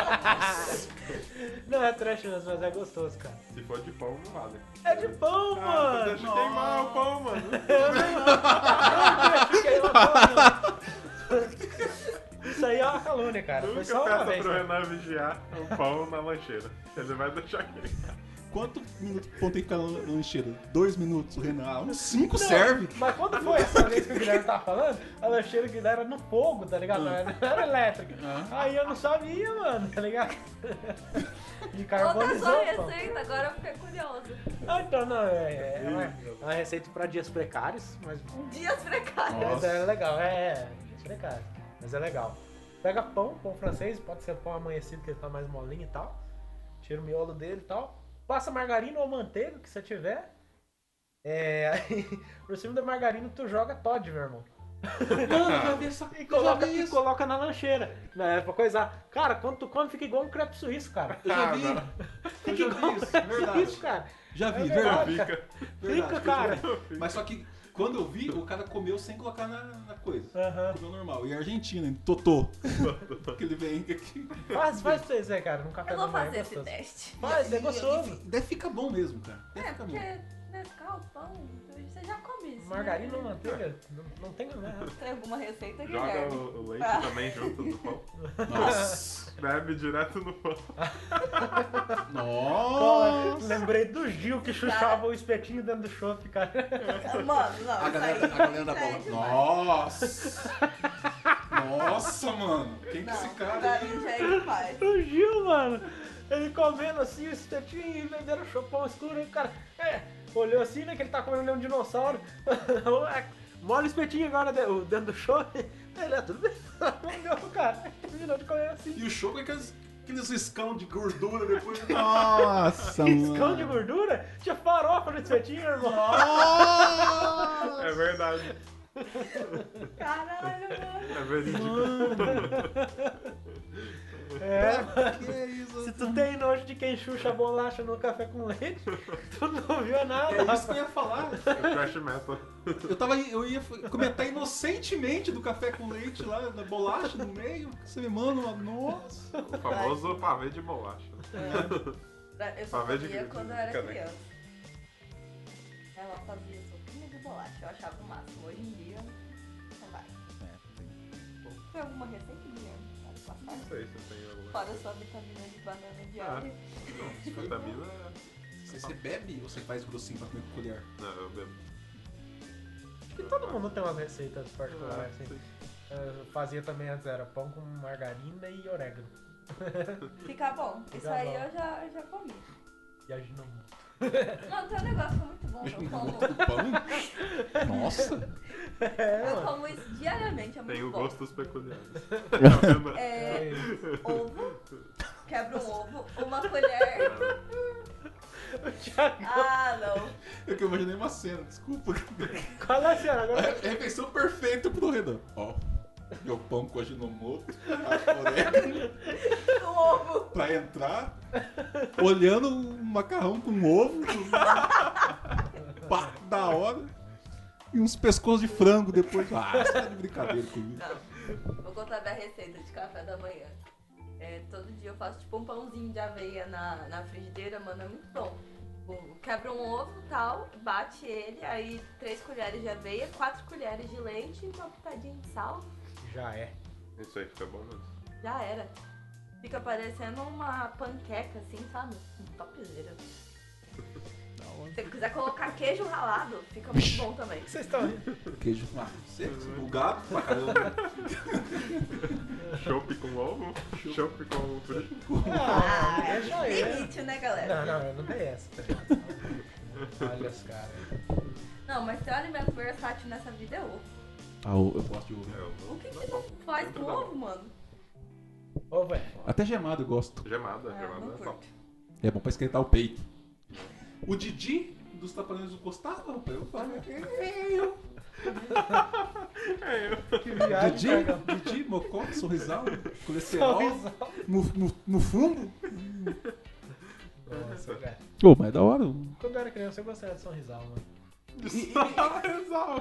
Não é trash mesmo, mas é gostoso, cara. Se for de pão, não vale. É de pão, Ah, mano! deixa queimar o pão, mano. Eu nem eu deixo queimar pão, mano. Isso aí é uma calúnia, cara. Foi Nunca só uma peça vez. pro Cara. Renan vigiar o pão na lancheira. Ele vai deixar queimar. Quanto minuto o pão tem que ficar na lancheira? Dois minutos, o Renan. Ah, uns cinco Não, serve. Mas quando foi essa vez que o Guilherme tava falando, a lancheira que era no fogo, tá ligado? Não era, não era elétrica. Ah. Aí eu não sabia, mano, tá ligado? E Conta a carbonizou, sua pô. receita, agora eu fiquei curiosa. Ah, então não, é, é, uma, é uma receita pra dias precários, mas, Dias precários. Nossa. mas é legal, é, é, dias precários, mas é legal. Pega pão, pão francês, pode ser pão amanhecido que ele tá mais molinho e tal. Tira o miolo dele e tal. Passa margarina ou manteiga, que você tiver. É, aí, por cima da margarina tu joga Todd, meu irmão. Mano, já vi essa E coloca, já vi e isso. coloca na lancheira, né, pra coisar. Cara, quando tu come, fica igual um crepe suíço, cara. Eu já Ah, vi. não. Eu Fica já igual vi um isso, crepe verdade. suíço, cara. Já vi, É verdade. verdade, cara. verdade, Fica, eu cara. já vi. Mas só que quando eu vi, o cara comeu sem colocar na, na coisa. Aham. Comeu normal. E a Argentina, em Totô. Que ele vem aqui. Faz, faz pra você, cara, num café Eu da vou manhã fazer esse gostoso. teste. Faz, é E- gostoso. e- Deve ficar bom mesmo, cara. Deve É, ficar porque bom. Nescau, pão, você já come isso. Margarina né? ou manteiga, não, não tem, né? Tem alguma receita, Joga Guilherme? o, o leite Ah. também junto do pão. Nossa. Bebe direto no pão. Nossa. Lembrei do Gil que chuchava o espetinho dentro do chopp, cara. Mano, não, A isso galera, aí- a galera da isso aí bola. é demais. Nossa. Nossa, mano. Quem que é esse Não, cara pra aí? mim já é demais. O Gil, mano, ele comendo assim o espetinho e vendendo o chopão escuro, aí o cara, é, olhou assim, né, que ele tá comendo um dinossauro. Molha o espetinho agora de- o- dentro do chopp. Ele é tudo bem. Não, cara, terminou de comer assim. E o show com aqueles, aqueles riscão de gordura depois. Nossa, Riscão de gordura? Tinha farofa no espetinho, irmão. Nossa. É verdade. Caralho, mano. É verídico. É, Que é isso? se tu tem nojo de quem chucha bolacha no café com leite, tu não viu nada. É isso que rapaz. eu ia falar. É trash metal. Eu, tava, eu ia comentar inocentemente do café com leite lá, da bolacha no meio. Você me manda uma. Nossa. O famoso pavê de bolacha. Eu só Pavê de- comia quando eu era caneca. criança. Ela fazia sopinha de bolacha, eu achava o máximo. Hoje em dia, não vai. Tem alguma receita, Guilherme? Pode Não passar. sei se tem alguma Fora coisa. sua vitamina de banana de Ah. óleo. Não, vitamina é... Você, você bebe ou você faz grossinho pra comer com colher? Não, eu bebo. Acho que todo mundo tem umas receitas particulares, Ah, assim. sim. Eu fazia também antes, era pão com margarina e orégano. Fica bom. Fica Isso aí bom. eu já, eu já comi. E a ginomo. Não, tem um negócio que é muito bom. Eu como, Do pão? Nossa. É, eu mano. como isso diariamente, é muito Tem o bom. gostos peculiares. É, É isso. ovo, quebra um ovo, uma colher. O Thiago, Ah, não. É que eu imaginei uma cena, desculpa. qual é a cena? Agora A refeição perfeita pro Renan. Ó, meu pão com a ginomoto, a orégano, Um ovo. pra entrar, olhando um macarrão com ovo, pá, da hora, e uns pescoços de frango depois. Ah, você tá de brincadeira comigo. Não, vou contar minha receita de café da manhã. É, todo dia eu faço tipo um pãozinho de aveia na, na frigideira, mano, é muito bom. Tipo, quebra um ovo e tal, bate ele, aí três colheres de aveia, quatro colheres de leite, uma pitadinha de sal, já é. Isso aí fica bom mesmo. já era. Fica parecendo uma panqueca assim, sabe? Topzera. Se você quiser colocar queijo ralado, fica muito bom também. O que vocês estão rindo? Queijo, ah, você, bugado pra caramba. Chopp com ovo, chopp com frito. Ah, Ah, deixa ele. limite, né, galera? Não, não, não tem essa. Olha os caras. Não, mas tem um alimento versátil nessa vida é ovo. Ah, eu gosto de ovo. É, o O que ovo que é não bom. faz Sempre com dá bom. ovo, mano? Ô, velho. Até gemado eu gosto. Gemada, Ah, gemada não é bom. curto. É bom pra esquentar o peito. O Didi dos Trapalhões do Gostava, rapaz. Eu falei, é, eu. Que viagem, Didi, Thiagão. Didi, Mocó, Sorrisal, colesterol, Sorrisal. no, no, no fundo. Nossa, cara. Pô, mas é da hora. Quando eu era criança, eu gostava de Sorrisal, mano. Sorrisal.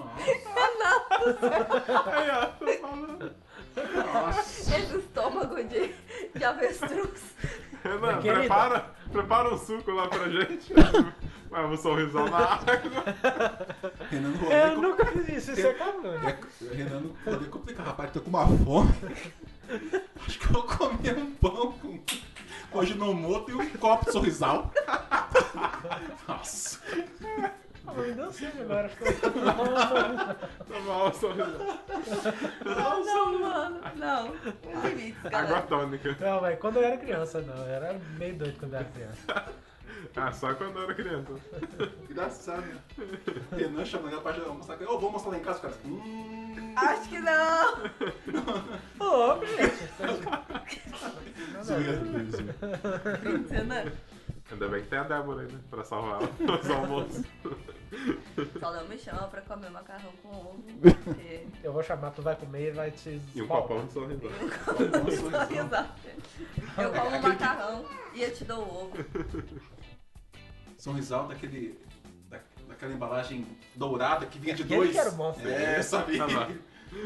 Aí, ó, tô falando. Nossa. Esse estômago de, de avestruz. Renan, Querida. prepara, prepara um suco lá pra gente. Vai um sorrisal na água. Renan no Eu rolê. nunca fiz isso, isso é cabrão. É, Renan no rolê complicado. Rapaz, tô com uma fome. Acho que eu vou comer um pão com Gojinomoto e um copo de sorrisal. Nossa. Ah, mas me deu sede agora. Tomar um sorrisal. Não, não, mano. Não. Limites, Água galera. tônica. Não, mas quando eu era criança, não. Eu era meio doido quando eu era criança. Ah, só quando eu era criança. Engraçado, né? Renan chamando ela pra almoçar. Eu vou almoçar lá em casa, cara. Hum. Acho que não. Ô, louco, gente. Zoeira, zoeira. Renan, Ainda bem que tem a Débora aí, né? Pra salvar os almoços. só não me chama pra comer macarrão com ovo. Porque... Eu vou chamar, tu vai comer e vai te E um espalmar. copão de sorrisal. Exato. Eu como Aquele- macarrão e eu te dou o ovo. Sorrisal daquele. Da, daquela embalagem dourada que vinha de Aquele dois. que era o bom. É, sabia. Ah lá.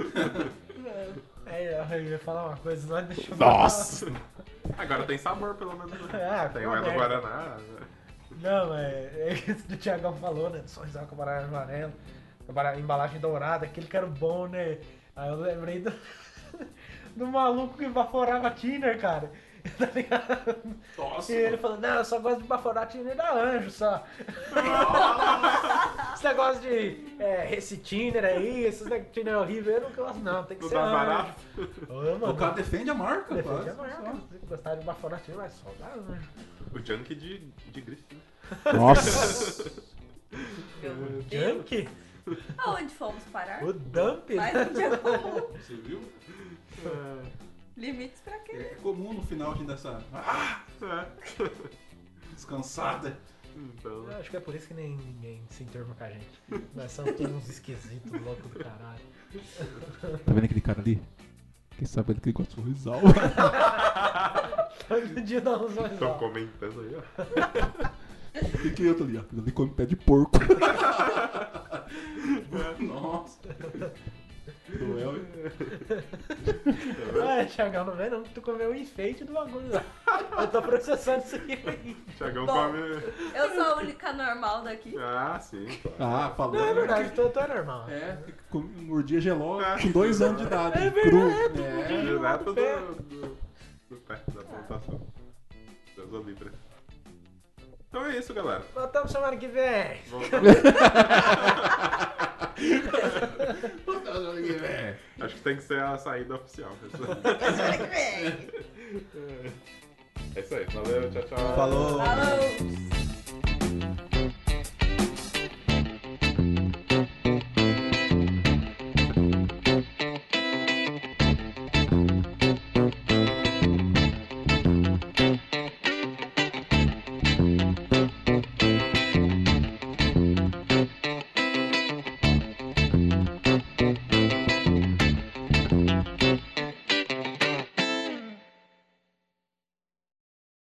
É, eu ia falar uma coisa, não deixa eu Nossa! Agora tem sabor, pelo menos, né? Ah, Tem uma o Elo merda. Guaraná. Não, é, é isso que o Thiagão falou, né? Sorrisal com amarelo amarelo, com amara- embalagem dourada, aquele que era o bom, né? Aí eu lembrei do, do maluco que baforava Tinder, cara. Tá ligado? Nossa! E ele falou, não, eu só gosto de baforar Tinder da Anjo, só. Esse negócio de é, esse Tinder aí, esses negócios de Tinder horrível, eu não gosto não, tem que Não ser dá Anjo. barato. Ô, O mano, cara defende a marca, defende quase. a marca. Se gostar de baforar Tinder, mas só da Anjo. O Junk de, de grife. Nossa! Meu Deus. Junk? Aonde fomos parar? O Dump? Mais um dia comum. Você viu? Limites pra quê? É comum no final a gente dar essa. Ah, É. descansada. Então, Eu acho que é por isso que nem ninguém se enturma com a gente. Nós somos todos uns esquisitos, loucos do caralho. Tá vendo aquele cara ali? Quem sabe ele que ele gosta de sorrisal. Todo dia dá uns olhos tô lá. comentando aí, ó. E que outro ali, ó? Ele come pé de porco. Nossa. Doeu, hein? Ah, Thiagão, não vê não que tu comeu o enfeite do bagulho lá. Eu tô processando isso aqui. Thiagão Bom. come. Eu sou a única normal daqui. Ah, sim, claro. Ah, falou. Não, é verdade, tu, tu é normal. É, que com- mordia geló É. com dois anos de idade. É cru. verdade, É. Direto do, pé. do, do pé da plantação. Deus o livre. Então é isso, galera. Voltamos semana que vem. Voltamos. Acho que tem que ser a saída oficial. Semana que vem. É isso aí. Valeu, tchau, tchau. Falou. Falou!